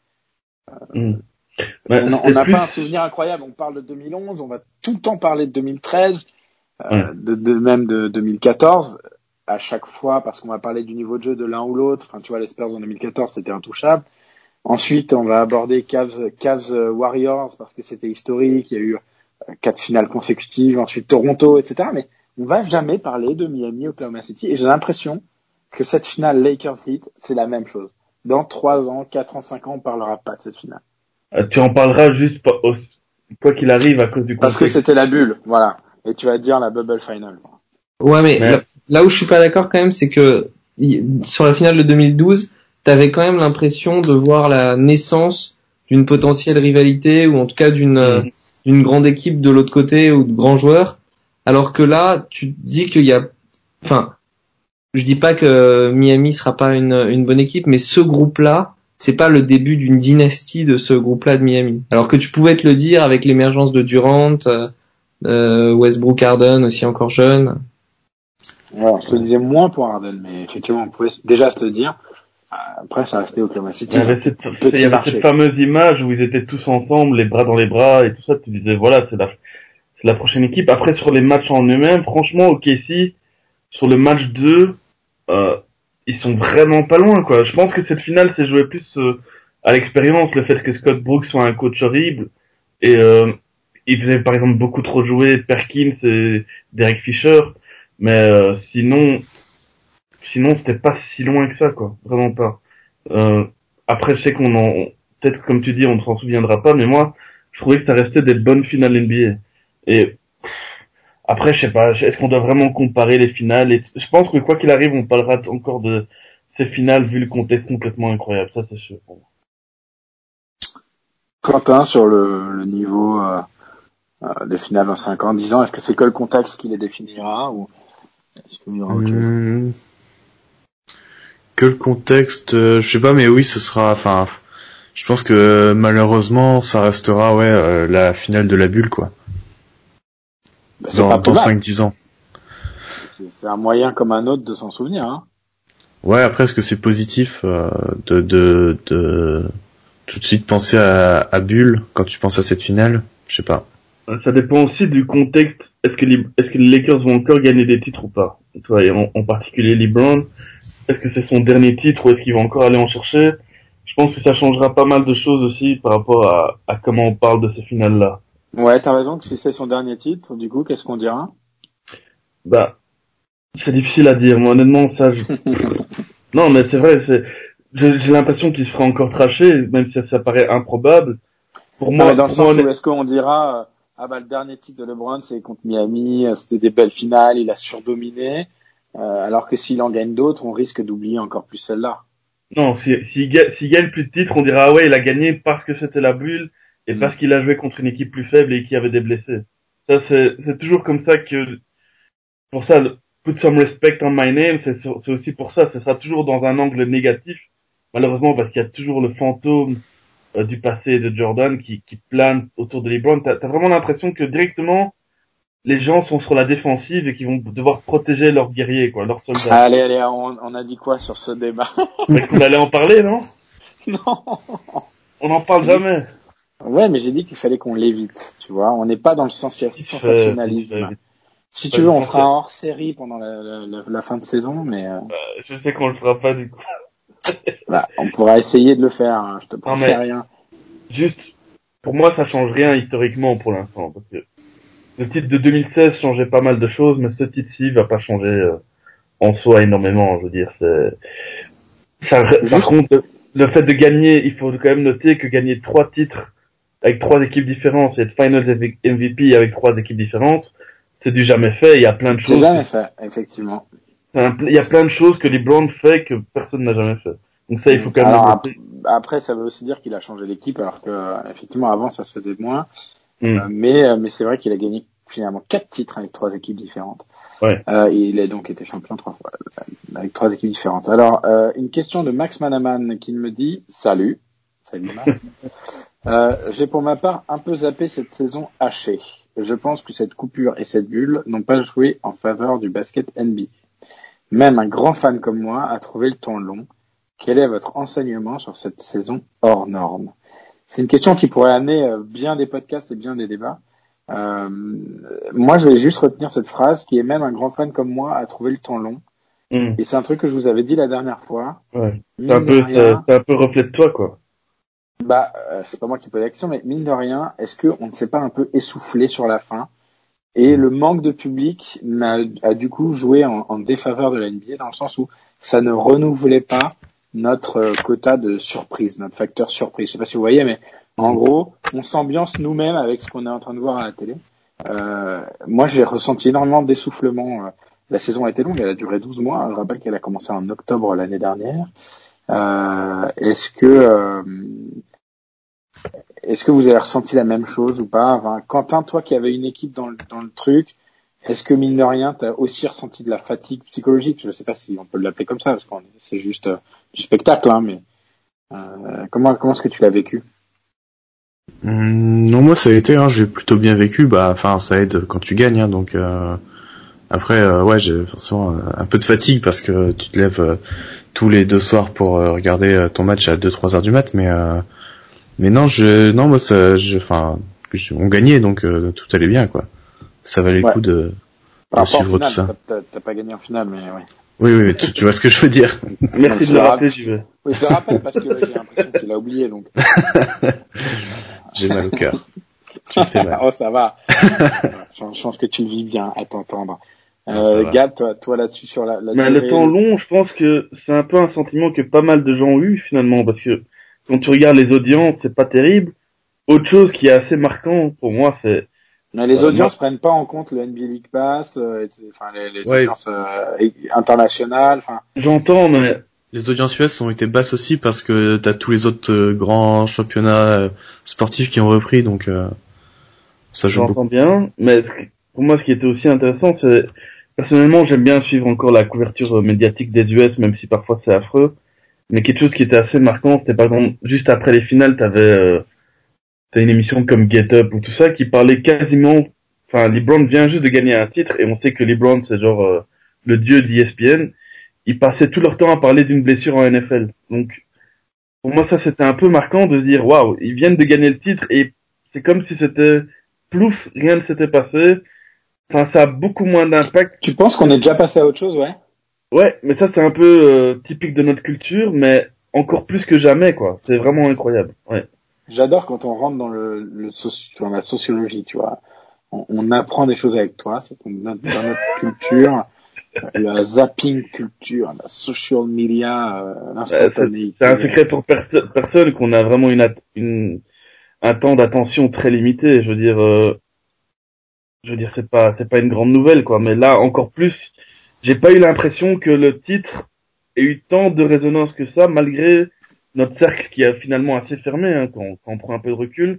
On n'a pas un souvenir incroyable. On parle de 2011, on va tout le temps parler de 2013, même de 2014, à chaque fois, parce qu'on va parler du niveau de jeu de l'un ou l'autre. Enfin, tu vois, les Spurs en 2014, c'était intouchable. Ensuite, on va aborder Cavs Warriors, parce que c'était historique. Il y a eu 4 finales consécutives. Ensuite, Toronto, etc. Mais on va jamais parler de Miami, Oklahoma City. Et j'ai l'impression que cette finale Lakers Heat, c'est la même chose. Dans 3 ans, 4 ans, 5 ans, on parlera pas de cette finale. Tu en parleras juste quoi qu'il arrive à cause du contexte. Parce que c'était la bulle, voilà. Et tu vas dire la bubble final. Ouais, mais là où je suis pas d'accord quand même, c'est que sur la finale de 2012, t'avais quand même l'impression de voir la naissance d'une potentielle rivalité ou en tout cas d'une grande équipe de l'autre côté ou de grands joueurs. Alors que là, tu te dis qu'il y a, enfin, je dis pas que Miami sera pas une bonne équipe, mais ce groupe-là, c'est pas le début d'une dynastie de ce groupe-là de Miami. Alors que tu pouvais te le dire avec l'émergence de Durant, Westbrook, Harden aussi encore jeune. Ouais, on se le disait moins pour Harden, mais effectivement, on pouvait déjà se le dire. Après, ça restait Oklahoma City. Il y avait cette fameuse image où ils étaient tous ensemble, les bras dans les bras et tout ça. Tu disais, voilà, c'est la prochaine équipe. Après, sur les matchs en eux-mêmes, franchement, OKC, sur le match 2, ils sont vraiment pas loin, quoi. Je pense que cette finale s'est jouée plus à l'expérience, le fait que Scott Brooks soit un coach horrible et il faisait par exemple beaucoup trop jouer Perkins et Derek Fisher, mais sinon c'était pas si loin que ça, quoi. Vraiment pas. Après, je sais peut-être comme tu dis, on ne s'en souviendra pas, mais moi, je trouvais que ça restait des bonnes finales NBA. Et après, je sais pas, est-ce qu'on doit vraiment comparer les finales je pense que quoi qu'il arrive, on parlera encore de ces finales vu le contexte complètement incroyable. Ça, c'est sûr. Quentin, sur le niveau des finales dans 5 ans, 10 ans, est-ce que c'est que le contexte qui les définira ou est-ce qu'il y aura autre chose? Que le contexte, je sais pas, mais oui, ce sera, enfin, je pense que malheureusement, ça restera, la finale de la bulle, quoi. Bah, dans 5-10 ans. C'est un moyen comme un autre de s'en souvenir, hein. Ouais, après, est-ce que c'est positif de tout de suite penser à bulle quand tu penses à cette finale? Je sais pas. Ça dépend aussi du contexte. Est-ce que les Lakers vont encore gagner des titres ou pas? Et en particulier LeBron. Est-ce que c'est son dernier titre ou est-ce qu'il va encore aller en chercher? Je pense que ça changera pas mal de choses aussi par rapport à comment on parle de ces finales-là. Ouais, t'as raison que si c'est son dernier titre, du coup, qu'est-ce qu'on dira? Bah, c'est difficile à dire. Moi, honnêtement, non, mais c'est vrai, j'ai l'impression qu'il sera encore traché, même si ça paraît improbable. Pour moi, mais dans le sens où est-ce qu'on dira, le dernier titre de LeBron, c'est contre Miami, c'était des belles finales, il a surdominé, alors que s'il en gagne d'autres, on risque d'oublier encore plus celle-là. Non, s'il gagne plus de titres, on dira, il a gagné parce que c'était la bulle et parce qu'il a joué contre une équipe plus faible et qui avait des blessés. Ça, c'est toujours comme ça pour ça, put some respect on my name, c'est aussi pour ça, ce sera toujours dans un angle négatif, malheureusement, parce qu'il y a toujours le fantôme du passé de Jordan qui plane autour de LeBron. T'as vraiment l'impression que directement, les gens sont sur la défensive et qu'ils vont devoir protéger leurs guerriers, quoi, leurs soldats. Allez, on a dit quoi sur ce débat? Est-ce qu'on allait en parler, non? Non. On n'en parle jamais. Ouais, mais j'ai dit qu'il fallait qu'on l'évite, tu vois. On n'est pas dans le sensationnalisme. Si tu veux, on fera un hors-série pendant la fin de saison, mais je sais qu'on le fera pas du coup. On pourra essayer de le faire, hein, je te promets rien. Juste, pour moi, ça change rien historiquement pour l'instant, parce que le titre de 2016 changeait pas mal de choses, mais ce titre-ci va pas changer en soi énormément. Je veux dire, par contre, le fait de gagner, il faut quand même noter que gagner 3 titres avec 3 équipes différentes, et être Finals MVP avec 3 équipes différentes, c'est du jamais fait. Il y a plein de choses. C'est jamais fait, effectivement. Il y a plein de choses que LeBron fait que personne n'a jamais fait. Donc ça, il faut quand même le noter. Après, ça veut aussi dire qu'il a changé l'équipe, alors que effectivement avant ça se faisait moins. Mais c'est vrai qu'il a gagné finalement 4 titres avec 3 équipes différentes. Ouais. Il a donc été champion 3 fois avec 3 équipes différentes. Alors, une question de Max Manaman qui me dit salut Max. J'ai pour ma part un peu zappé cette saison hachée. Je pense que cette coupure et cette bulle n'ont pas joué en faveur du basket NBA. Même un grand fan comme moi a trouvé le temps long. Quel est votre enseignement sur cette saison hors norme? C'est une question qui pourrait amener bien des podcasts et bien des débats. Moi, je vais juste retenir cette phrase qui est même un grand fan comme moi a trouvé le temps long. Et c'est un truc que je vous avais dit la dernière fois. Ouais. C'est un peu reflet de toi, quoi. C'est pas moi qui pose la question, mais mine de rien, est-ce qu'on ne s'est pas un peu essoufflé sur la fin? Et le manque de public a du coup joué en défaveur de la NBA dans le sens où ça ne renouvelait pas notre quota de surprise, notre facteur surprise. Je sais pas si vous voyez, mais en gros, on s'ambiance nous-mêmes avec ce qu'on est en train de voir à la télé. Moi, j'ai ressenti énormément d'essoufflement. La saison a été longue, elle a duré 12 mois. Je rappelle qu'elle a commencé en octobre l'année dernière. Est-ce que vous avez ressenti la même chose ou pas? Enfin, Quentin, toi qui avais une équipe dans le truc, est-ce que mine de rien, t'as aussi ressenti de la fatigue psychologique? Je sais pas si on peut l'appeler comme ça, parce que c'est juste du spectacle, hein, mais comment est-ce que tu l'as vécu? Non, moi ça a été, hein, j'ai plutôt bien vécu. Bah, enfin, ça aide quand tu gagnes, hein, donc. Après, ouais, j'ai forcément un peu de fatigue parce que tu te lèves tous les 2 soirs pour regarder ton match à 2-3 heures du mat, mais non, moi enfin, on gagnait donc tout allait bien, quoi. Ça valait le coup de suivre finale, tout ça. T'as pas gagné en finale, mais ouais. Oui, tu vois ce que je veux dire. Merci de le rappeler, j'y vais. Oui, je le rappelle parce que j'ai l'impression qu'il a oublié, donc. J'ai mal au cœur. Tu me fais mal. Oh, ça va. Je pense que tu le vis bien à t'entendre. Va. Gab, toi là-dessus sur la Mais durée, le temps long, je pense que c'est un peu un sentiment que pas mal de gens ont eu finalement, parce que quand tu regardes les audiences, c'est pas terrible. Autre chose qui est assez marquant pour moi, c'est mais les audiences moi, prennent pas en compte le NBA League Pass, enfin les Ouais. audiences internationales, enfin. j'entends, mais Les audiences US ont été basses aussi parce que t'as tous les autres grands championnats sportifs qui ont repris, donc ça joue beaucoup. j'entends bien. Mais pour moi, ce qui était aussi intéressant, c'est personnellement, j'aime bien suivre encore la couverture médiatique des US, même si parfois c'est affreux. Mais quelque chose qui était assez marquant, c'était par exemple juste après les finales, t'as une émission comme Get Up ou tout ça qui parlait quasiment, enfin, LeBron vient juste de gagner un titre et on sait que LeBron c'est genre le dieu d'ESPN. Ils passaient tout leur temps à parler d'une blessure en NFL. Donc pour moi ça c'était un peu marquant de se dire waouh, ils viennent de gagner le titre et c'est comme si c'était plouf, rien ne s'était passé. Enfin ça a beaucoup moins d'impact. Tu penses qu'on est déjà passé à autre chose, ouais? Ouais, mais ça c'est un peu typique de notre culture, mais encore plus que jamais quoi. C'est vraiment incroyable. Ouais. J'adore quand on rentre dans dans la sociologie, tu vois. On apprend des choses avec toi, c'est dans notre culture, la zapping culture, la social media, l'instantanéité. C'est un secret pour personne qu'on a vraiment un temps d'attention très limité. Je veux dire, c'est pas une grande nouvelle, quoi. Mais là, encore plus, j'ai pas eu l'impression que le titre ait eu tant de résonance que ça, malgré notre cercle qui est finalement assez fermé, hein, quand on prend un peu de recul.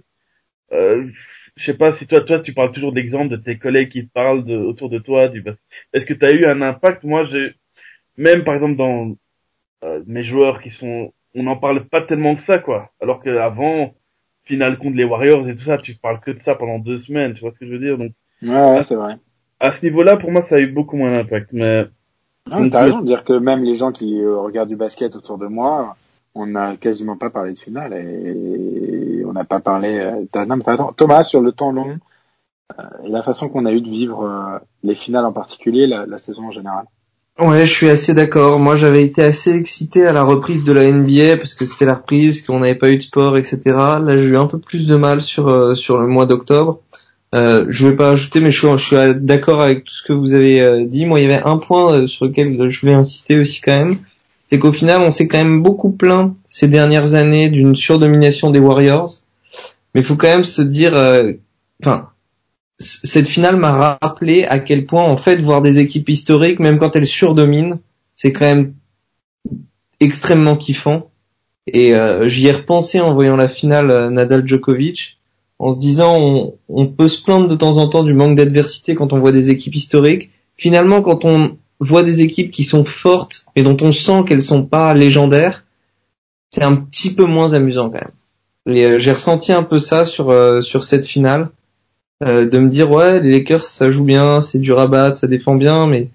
Je sais pas si toi, tu parles toujours d'exemples de tes collègues qui te parlent autour de toi. Est-ce que tu as eu un impact? Moi, même par exemple dans mes joueurs on n'en parle pas tellement que ça, quoi. Alors qu'avant, finale contre les Warriors et tout ça, tu parles que de ça pendant 2 semaines, tu vois ce que je veux dire? Donc, Ouais, à, c'est vrai. à ce niveau-là, pour moi, ça a eu beaucoup moins d'impact. Mais, Non, donc, t'as raison de dire que même les gens qui regardent du basket autour de moi, on n'a quasiment pas parlé de finale et on n'a pas parlé. Non, mais t'as raison. Thomas, sur le temps long et la façon qu'on a eu de vivre les finales en particulier, la saison en général. Ouais, je suis assez d'accord. Moi, j'avais été assez excité à la reprise de la NBA parce que c'était la reprise, qu'on n'avait pas eu de sport, etc. Là, j'ai eu un peu plus de mal sur le mois d'octobre. Je vais pas ajouter, mais je suis d'accord avec tout ce que vous avez dit. Moi, il y avait un point sur lequel je voulais insister aussi quand même, c'est qu'au final, on s'est quand même beaucoup plaint ces dernières années d'une surdomination des Warriors, mais il faut quand même se dire, enfin, cette finale m'a rappelé à quel point, en fait, voir des équipes historiques, même quand elles surdominent, c'est quand même extrêmement kiffant. Et j'y ai repensé en voyant la finale Nadal-Djokovic, en se disant on peut se plaindre de temps en temps du manque d'adversité quand on voit des équipes historiques. Finalement, quand on voit des équipes qui sont fortes et dont on sent qu'elles sont pas légendaires, c'est un petit peu moins amusant quand même. Et j'ai ressenti un peu ça sur cette finale, de me dire ouais les Lakers ça joue bien, c'est dur à battre, ça défend bien, mais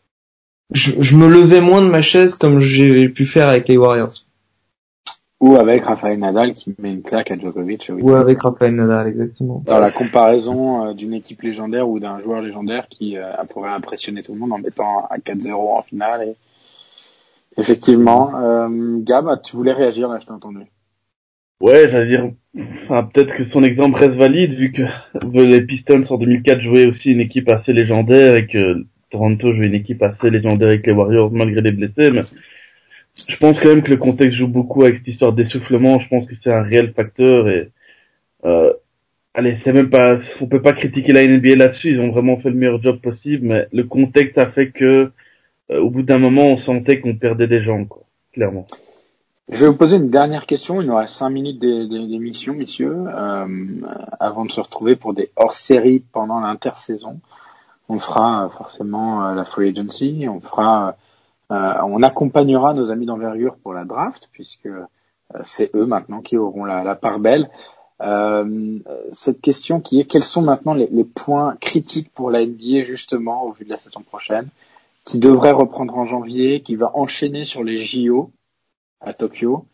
je me levais moins de ma chaise comme j'ai pu faire avec les Warriors. Ou avec Rafael Nadal qui met une claque à Djokovic. Ou avec Rafael Nadal, exactement. Dans la comparaison d'une équipe légendaire ou d'un joueur légendaire qui pourrait impressionner tout le monde en mettant à 4-0 en finale. Et... Effectivement. Gab, tu voulais réagir là, je t'ai entendu. ouais, j'allais dire, enfin, peut-être que son exemple reste valide vu que les Pistons en 2004 jouaient aussi une équipe assez légendaire et que Toronto jouait une équipe assez légendaire avec les Warriors malgré les blessés, mais je pense quand même que le contexte joue beaucoup avec cette histoire d'essoufflement. Je pense que c'est un réel facteur et euh, allez, c'est même pas, on peut pas critiquer la NBA là-dessus. Ils ont vraiment fait le meilleur job possible, mais le contexte a fait que au bout d'un moment, on sentait qu'on perdait des jambes, quoi, clairement. Je vais vous poser une dernière question. Il nous reste 5 minutes d'émission, messieurs, avant de se retrouver pour des hors-séries pendant l'intersaison. On fera forcément la free agency. On accompagnera nos amis d'envergure pour la draft, puisque c'est eux maintenant qui auront la part belle. Cette question qui est quels sont maintenant les points critiques pour la NBA justement au vu de la saison prochaine, qui devrait reprendre en janvier, qui va enchaîner sur les JO à Tokyo.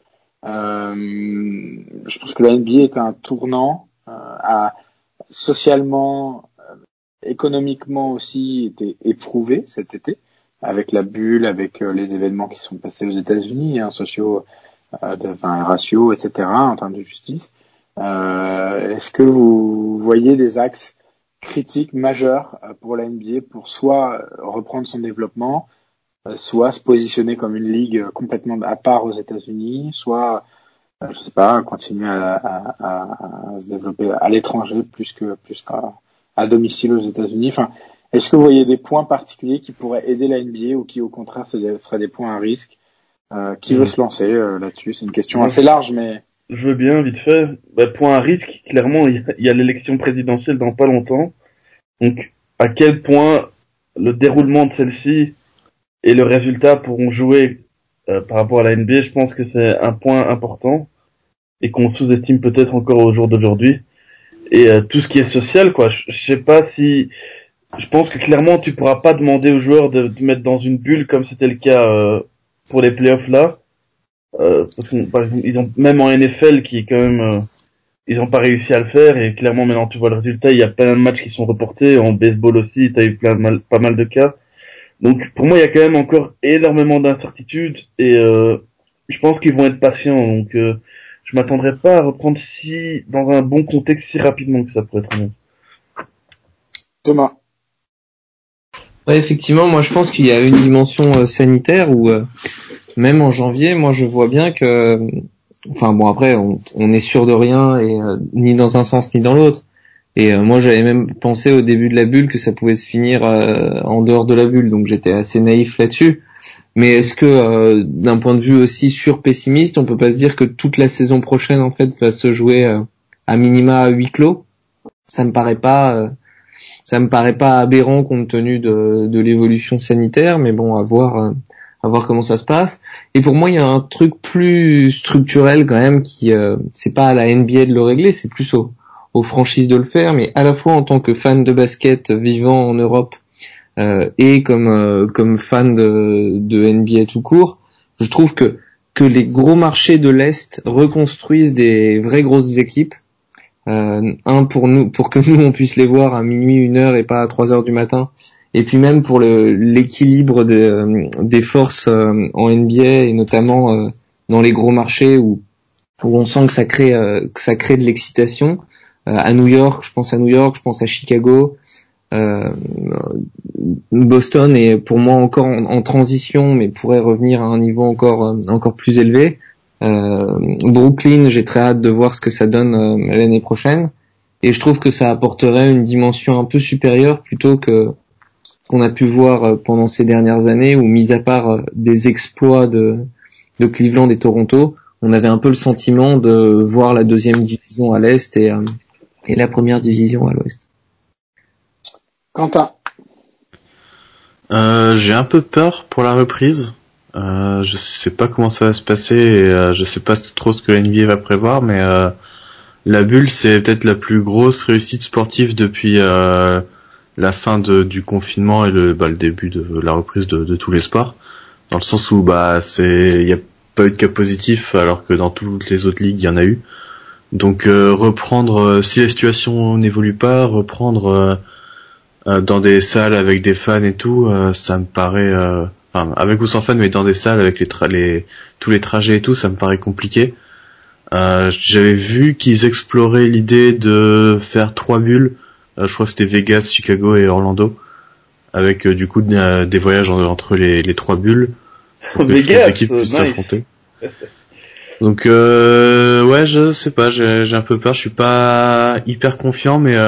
Je pense que la NBA est à un tournant, socialement, économiquement aussi été éprouvé cet été avec la bulle, avec les événements qui sont passés aux États-Unis, sociaux, ratios, etc. en termes de justice. Est-ce que vous voyez des axes critiques majeurs pour la NBA pour soit reprendre son développement, soit se positionner comme une ligue complètement à part aux États-Unis, soit je sais pas, continuer à se développer à l'étranger plus qu'à domicile aux États-Unis. Enfin, est-ce que vous voyez des points particuliers qui pourraient aider la NBA ou qui au contraire seraient des points à risque? Qui veut se lancer là-dessus? C'est une question assez large, mais je veux bien, vite fait. Point à risque, clairement, il y a l'élection présidentielle dans pas longtemps. Donc, à quel point le déroulement de celle-ci et le résultat pourront jouer par rapport à la NBA, je pense que c'est un point important et qu'on sous-estime peut-être encore au jour d'aujourd'hui. Et tout ce qui est social, quoi. Je sais pas si... Je pense que clairement, tu pourras pas demander aux joueurs de te mettre dans une bulle comme c'était le cas pour les playoffs là. Parce que, par exemple, ils ont même en NFL qui est quand même... ils n'ont pas réussi à le faire et clairement maintenant tu vois le résultat, il y a plein de matchs qui sont reportés, en baseball aussi, t'as eu pas mal de cas. Donc pour moi il y a quand même encore énormément d'incertitudes et je pense qu'ils vont être patients, donc je m'attendrai pas à reprendre si dans un bon contexte si rapidement que ça pourrait être honnête. Thomas. Ouais, effectivement, moi je pense qu'il y a une dimension sanitaire où même en janvier, moi je vois bien que, enfin bon après on est sûr de rien et ni dans un sens ni dans l'autre. Et moi j'avais même pensé au début de la bulle que ça pouvait se finir en dehors de la bulle, donc j'étais assez naïf là-dessus. Mais est-ce que d'un point de vue aussi sur-pessimiste, on peut pas se dire que toute la saison prochaine en fait va se jouer à minima à huis clos? Ça me paraît pas aberrant compte tenu de l'évolution sanitaire, mais bon, à voir comment ça se passe. Et pour moi, il y a un truc plus structurel quand même qui, c'est pas à la NBA de le régler, c'est plus aux franchises de le faire, mais à la fois en tant que fan de basket vivant en Europe et comme fan de NBA tout court, je trouve que les gros marchés de l'Est reconstruisent des vraies grosses équipes. Pour que nous on puisse les voir à minuit, 1h et pas à 3h du matin. Et puis même pour l'équilibre des forces en NBA et notamment dans les gros marchés où on sent que ça crée de l'excitation. À New York, je pense à Chicago, Boston est pour moi encore en transition, mais pourrait revenir à un niveau encore plus élevé. Brooklyn, j'ai très hâte de voir ce que ça donne l'année prochaine, et je trouve que ça apporterait une dimension un peu supérieure plutôt que qu'on a pu voir pendant ces dernières années où, mis à part des exploits de Cleveland et Toronto, on avait un peu le sentiment de voir la deuxième division à l'est et la première division à l'ouest. Quentin. J'ai un peu peur pour la reprise. Je sais pas comment ça va se passer et je sais pas trop ce que la NBA va prévoir, mais la bulle c'est peut-être la plus grosse réussite sportive depuis la fin du confinement et le début de la reprise de tous les sports, dans le sens où il y a pas eu de cas positifs alors que dans toutes les autres ligues il y en a eu. Donc reprendre si la situation n'évolue pas, reprendre dans des salles avec des fans et tout, ça me paraît avec ou sans fans, mais dans des salles avec tous les trajets et tout, ça me paraît compliqué. J'avais vu qu'ils exploraient l'idée de faire 3 bulles. Je crois que c'était Vegas, Chicago et Orlando, avec du coup des voyages entre les 3 bulles pour que Vegas, les équipes puissent nice. s'affronter. Donc ouais, je sais pas, j'ai un peu peur. Je suis pas hyper confiant, mais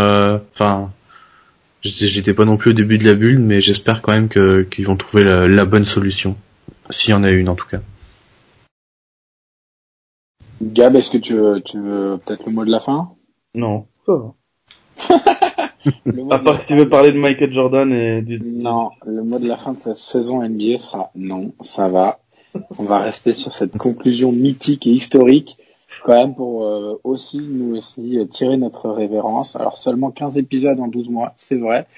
j'étais pas non plus au début de la bulle, mais j'espère quand même qu'ils vont trouver la bonne solution, s'il y en a une en tout cas. Gab, est-ce que tu veux peut-être le mot de la fin? Non, ça va. Le mot À de part la si tu fin veux parler de Michael Jordan et du... Non, le mot de la fin de cette saison NBA sera non, ça va. On va rester sur cette conclusion mythique et historique, quand même, pour aussi, nous aussi, tirer notre révérence. Alors, seulement 15 épisodes en 12 mois, c'est vrai.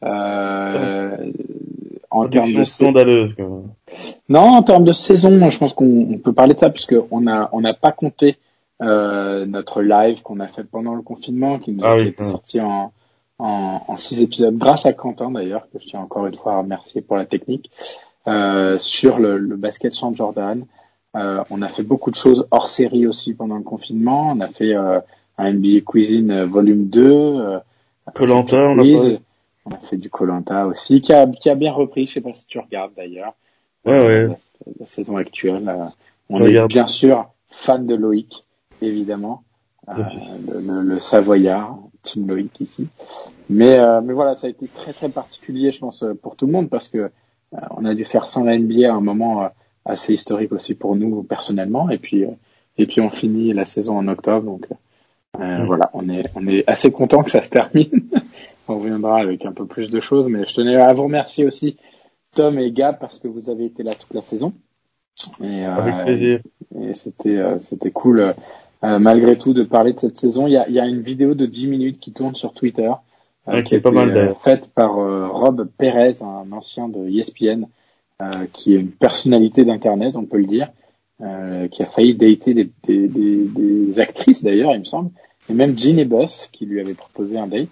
En termes de scandaleuse, quand même. Non, en termes de saison, je pense qu'on peut parler de ça, puisque on n'a pas compté notre live qu'on a fait pendant le confinement, qui a été sorti en 6 épisodes, grâce à Quentin d'ailleurs, que je tiens encore une fois à remercier pour la technique, sur le basket sans Jordan. On a fait beaucoup de choses hors série aussi pendant le confinement. On a fait un NBA Cuisine volume 2. Koh-Lanta, on a fait du Koh-Lanta aussi, qui a bien repris. Je sais pas si tu regardes d'ailleurs. Ouais. La saison actuelle. On est bien sûr fan de Loïc, évidemment. Le Savoyard, Team Loïc ici. Mais voilà, ça a été très très particulier, je pense, pour tout le monde, parce que on a dû faire sans la NBA à un moment assez historique aussi pour nous personnellement, et puis on finit la saison en octobre, donc voilà, on est assez content que ça se termine. On reviendra avec un peu plus de choses, mais je tenais à vous remercier aussi, Tom et Gab, parce que vous avez été là toute la saison. Avec plaisir. Et c'était cool, malgré tout, de parler de cette saison. Il y a une vidéo de 10 minutes qui tourne sur Twitter, qui a été faite par Rob Perez, un ancien de ESPN, qui est une personnalité d'internet, on peut le dire, qui a failli dater des actrices d'ailleurs, il me semble, et même Ginny Boss qui lui avait proposé un date,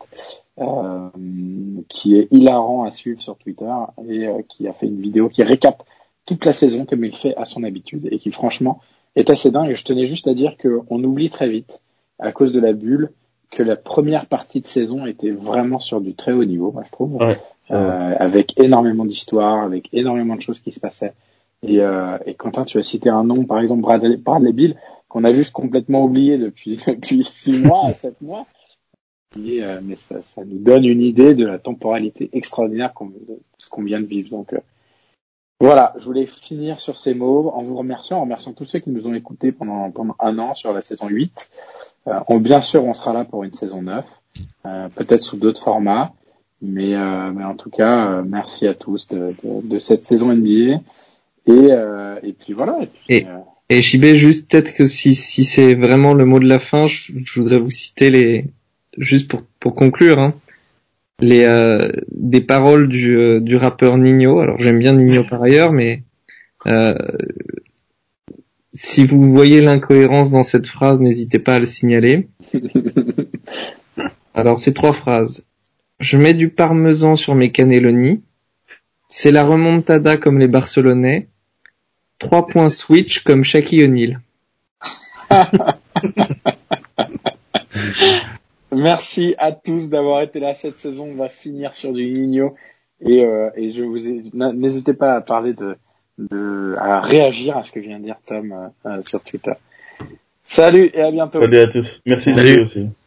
qui est hilarant à suivre sur Twitter, et qui a fait une vidéo qui récap toute la saison comme il fait à son habitude, et qui franchement est assez dingue. Et je tenais juste à dire qu'on oublie très vite, à cause de la bulle, que la première partie de saison était vraiment sur du très haut niveau, moi je trouve, avec énormément d'histoires, avec énormément de choses qui se passaient. Et Quentin, tu as cité un nom, par exemple Bradley Beal, qu'on a juste complètement oublié depuis 6 mois, 7 mois. Mais ça nous donne une idée de la temporalité extraordinaire de ce qu'on vient de vivre. Donc voilà, je voulais finir sur ces mots en vous remerciant, tous ceux qui nous ont écoutés pendant un an sur la saison 8. Bien sûr, on sera là pour une saison 9, peut-être sous d'autres formats, mais en tout cas, merci à tous de cette saison NBA. Et puis voilà. Et Chibé, juste peut-être que si c'est vraiment le mot de la fin, je voudrais vous citer juste pour conclure, hein, des paroles du rappeur Nino. Alors j'aime bien Nino par ailleurs, mais si vous voyez l'incohérence dans cette phrase, n'hésitez pas à le signaler. Alors c'est 3 phrases. Je mets du parmesan sur mes cannelloni. C'est la remontada comme les Barcelonais. 3 points switch comme Shaquille O'Neal. Merci à tous d'avoir été là cette saison. On va finir sur du Nino, et n'hésitez pas à parler à réagir à ce que vient de dire Tom sur Twitter. Salut et à bientôt. Salut à tous. Merci. Salut aussi.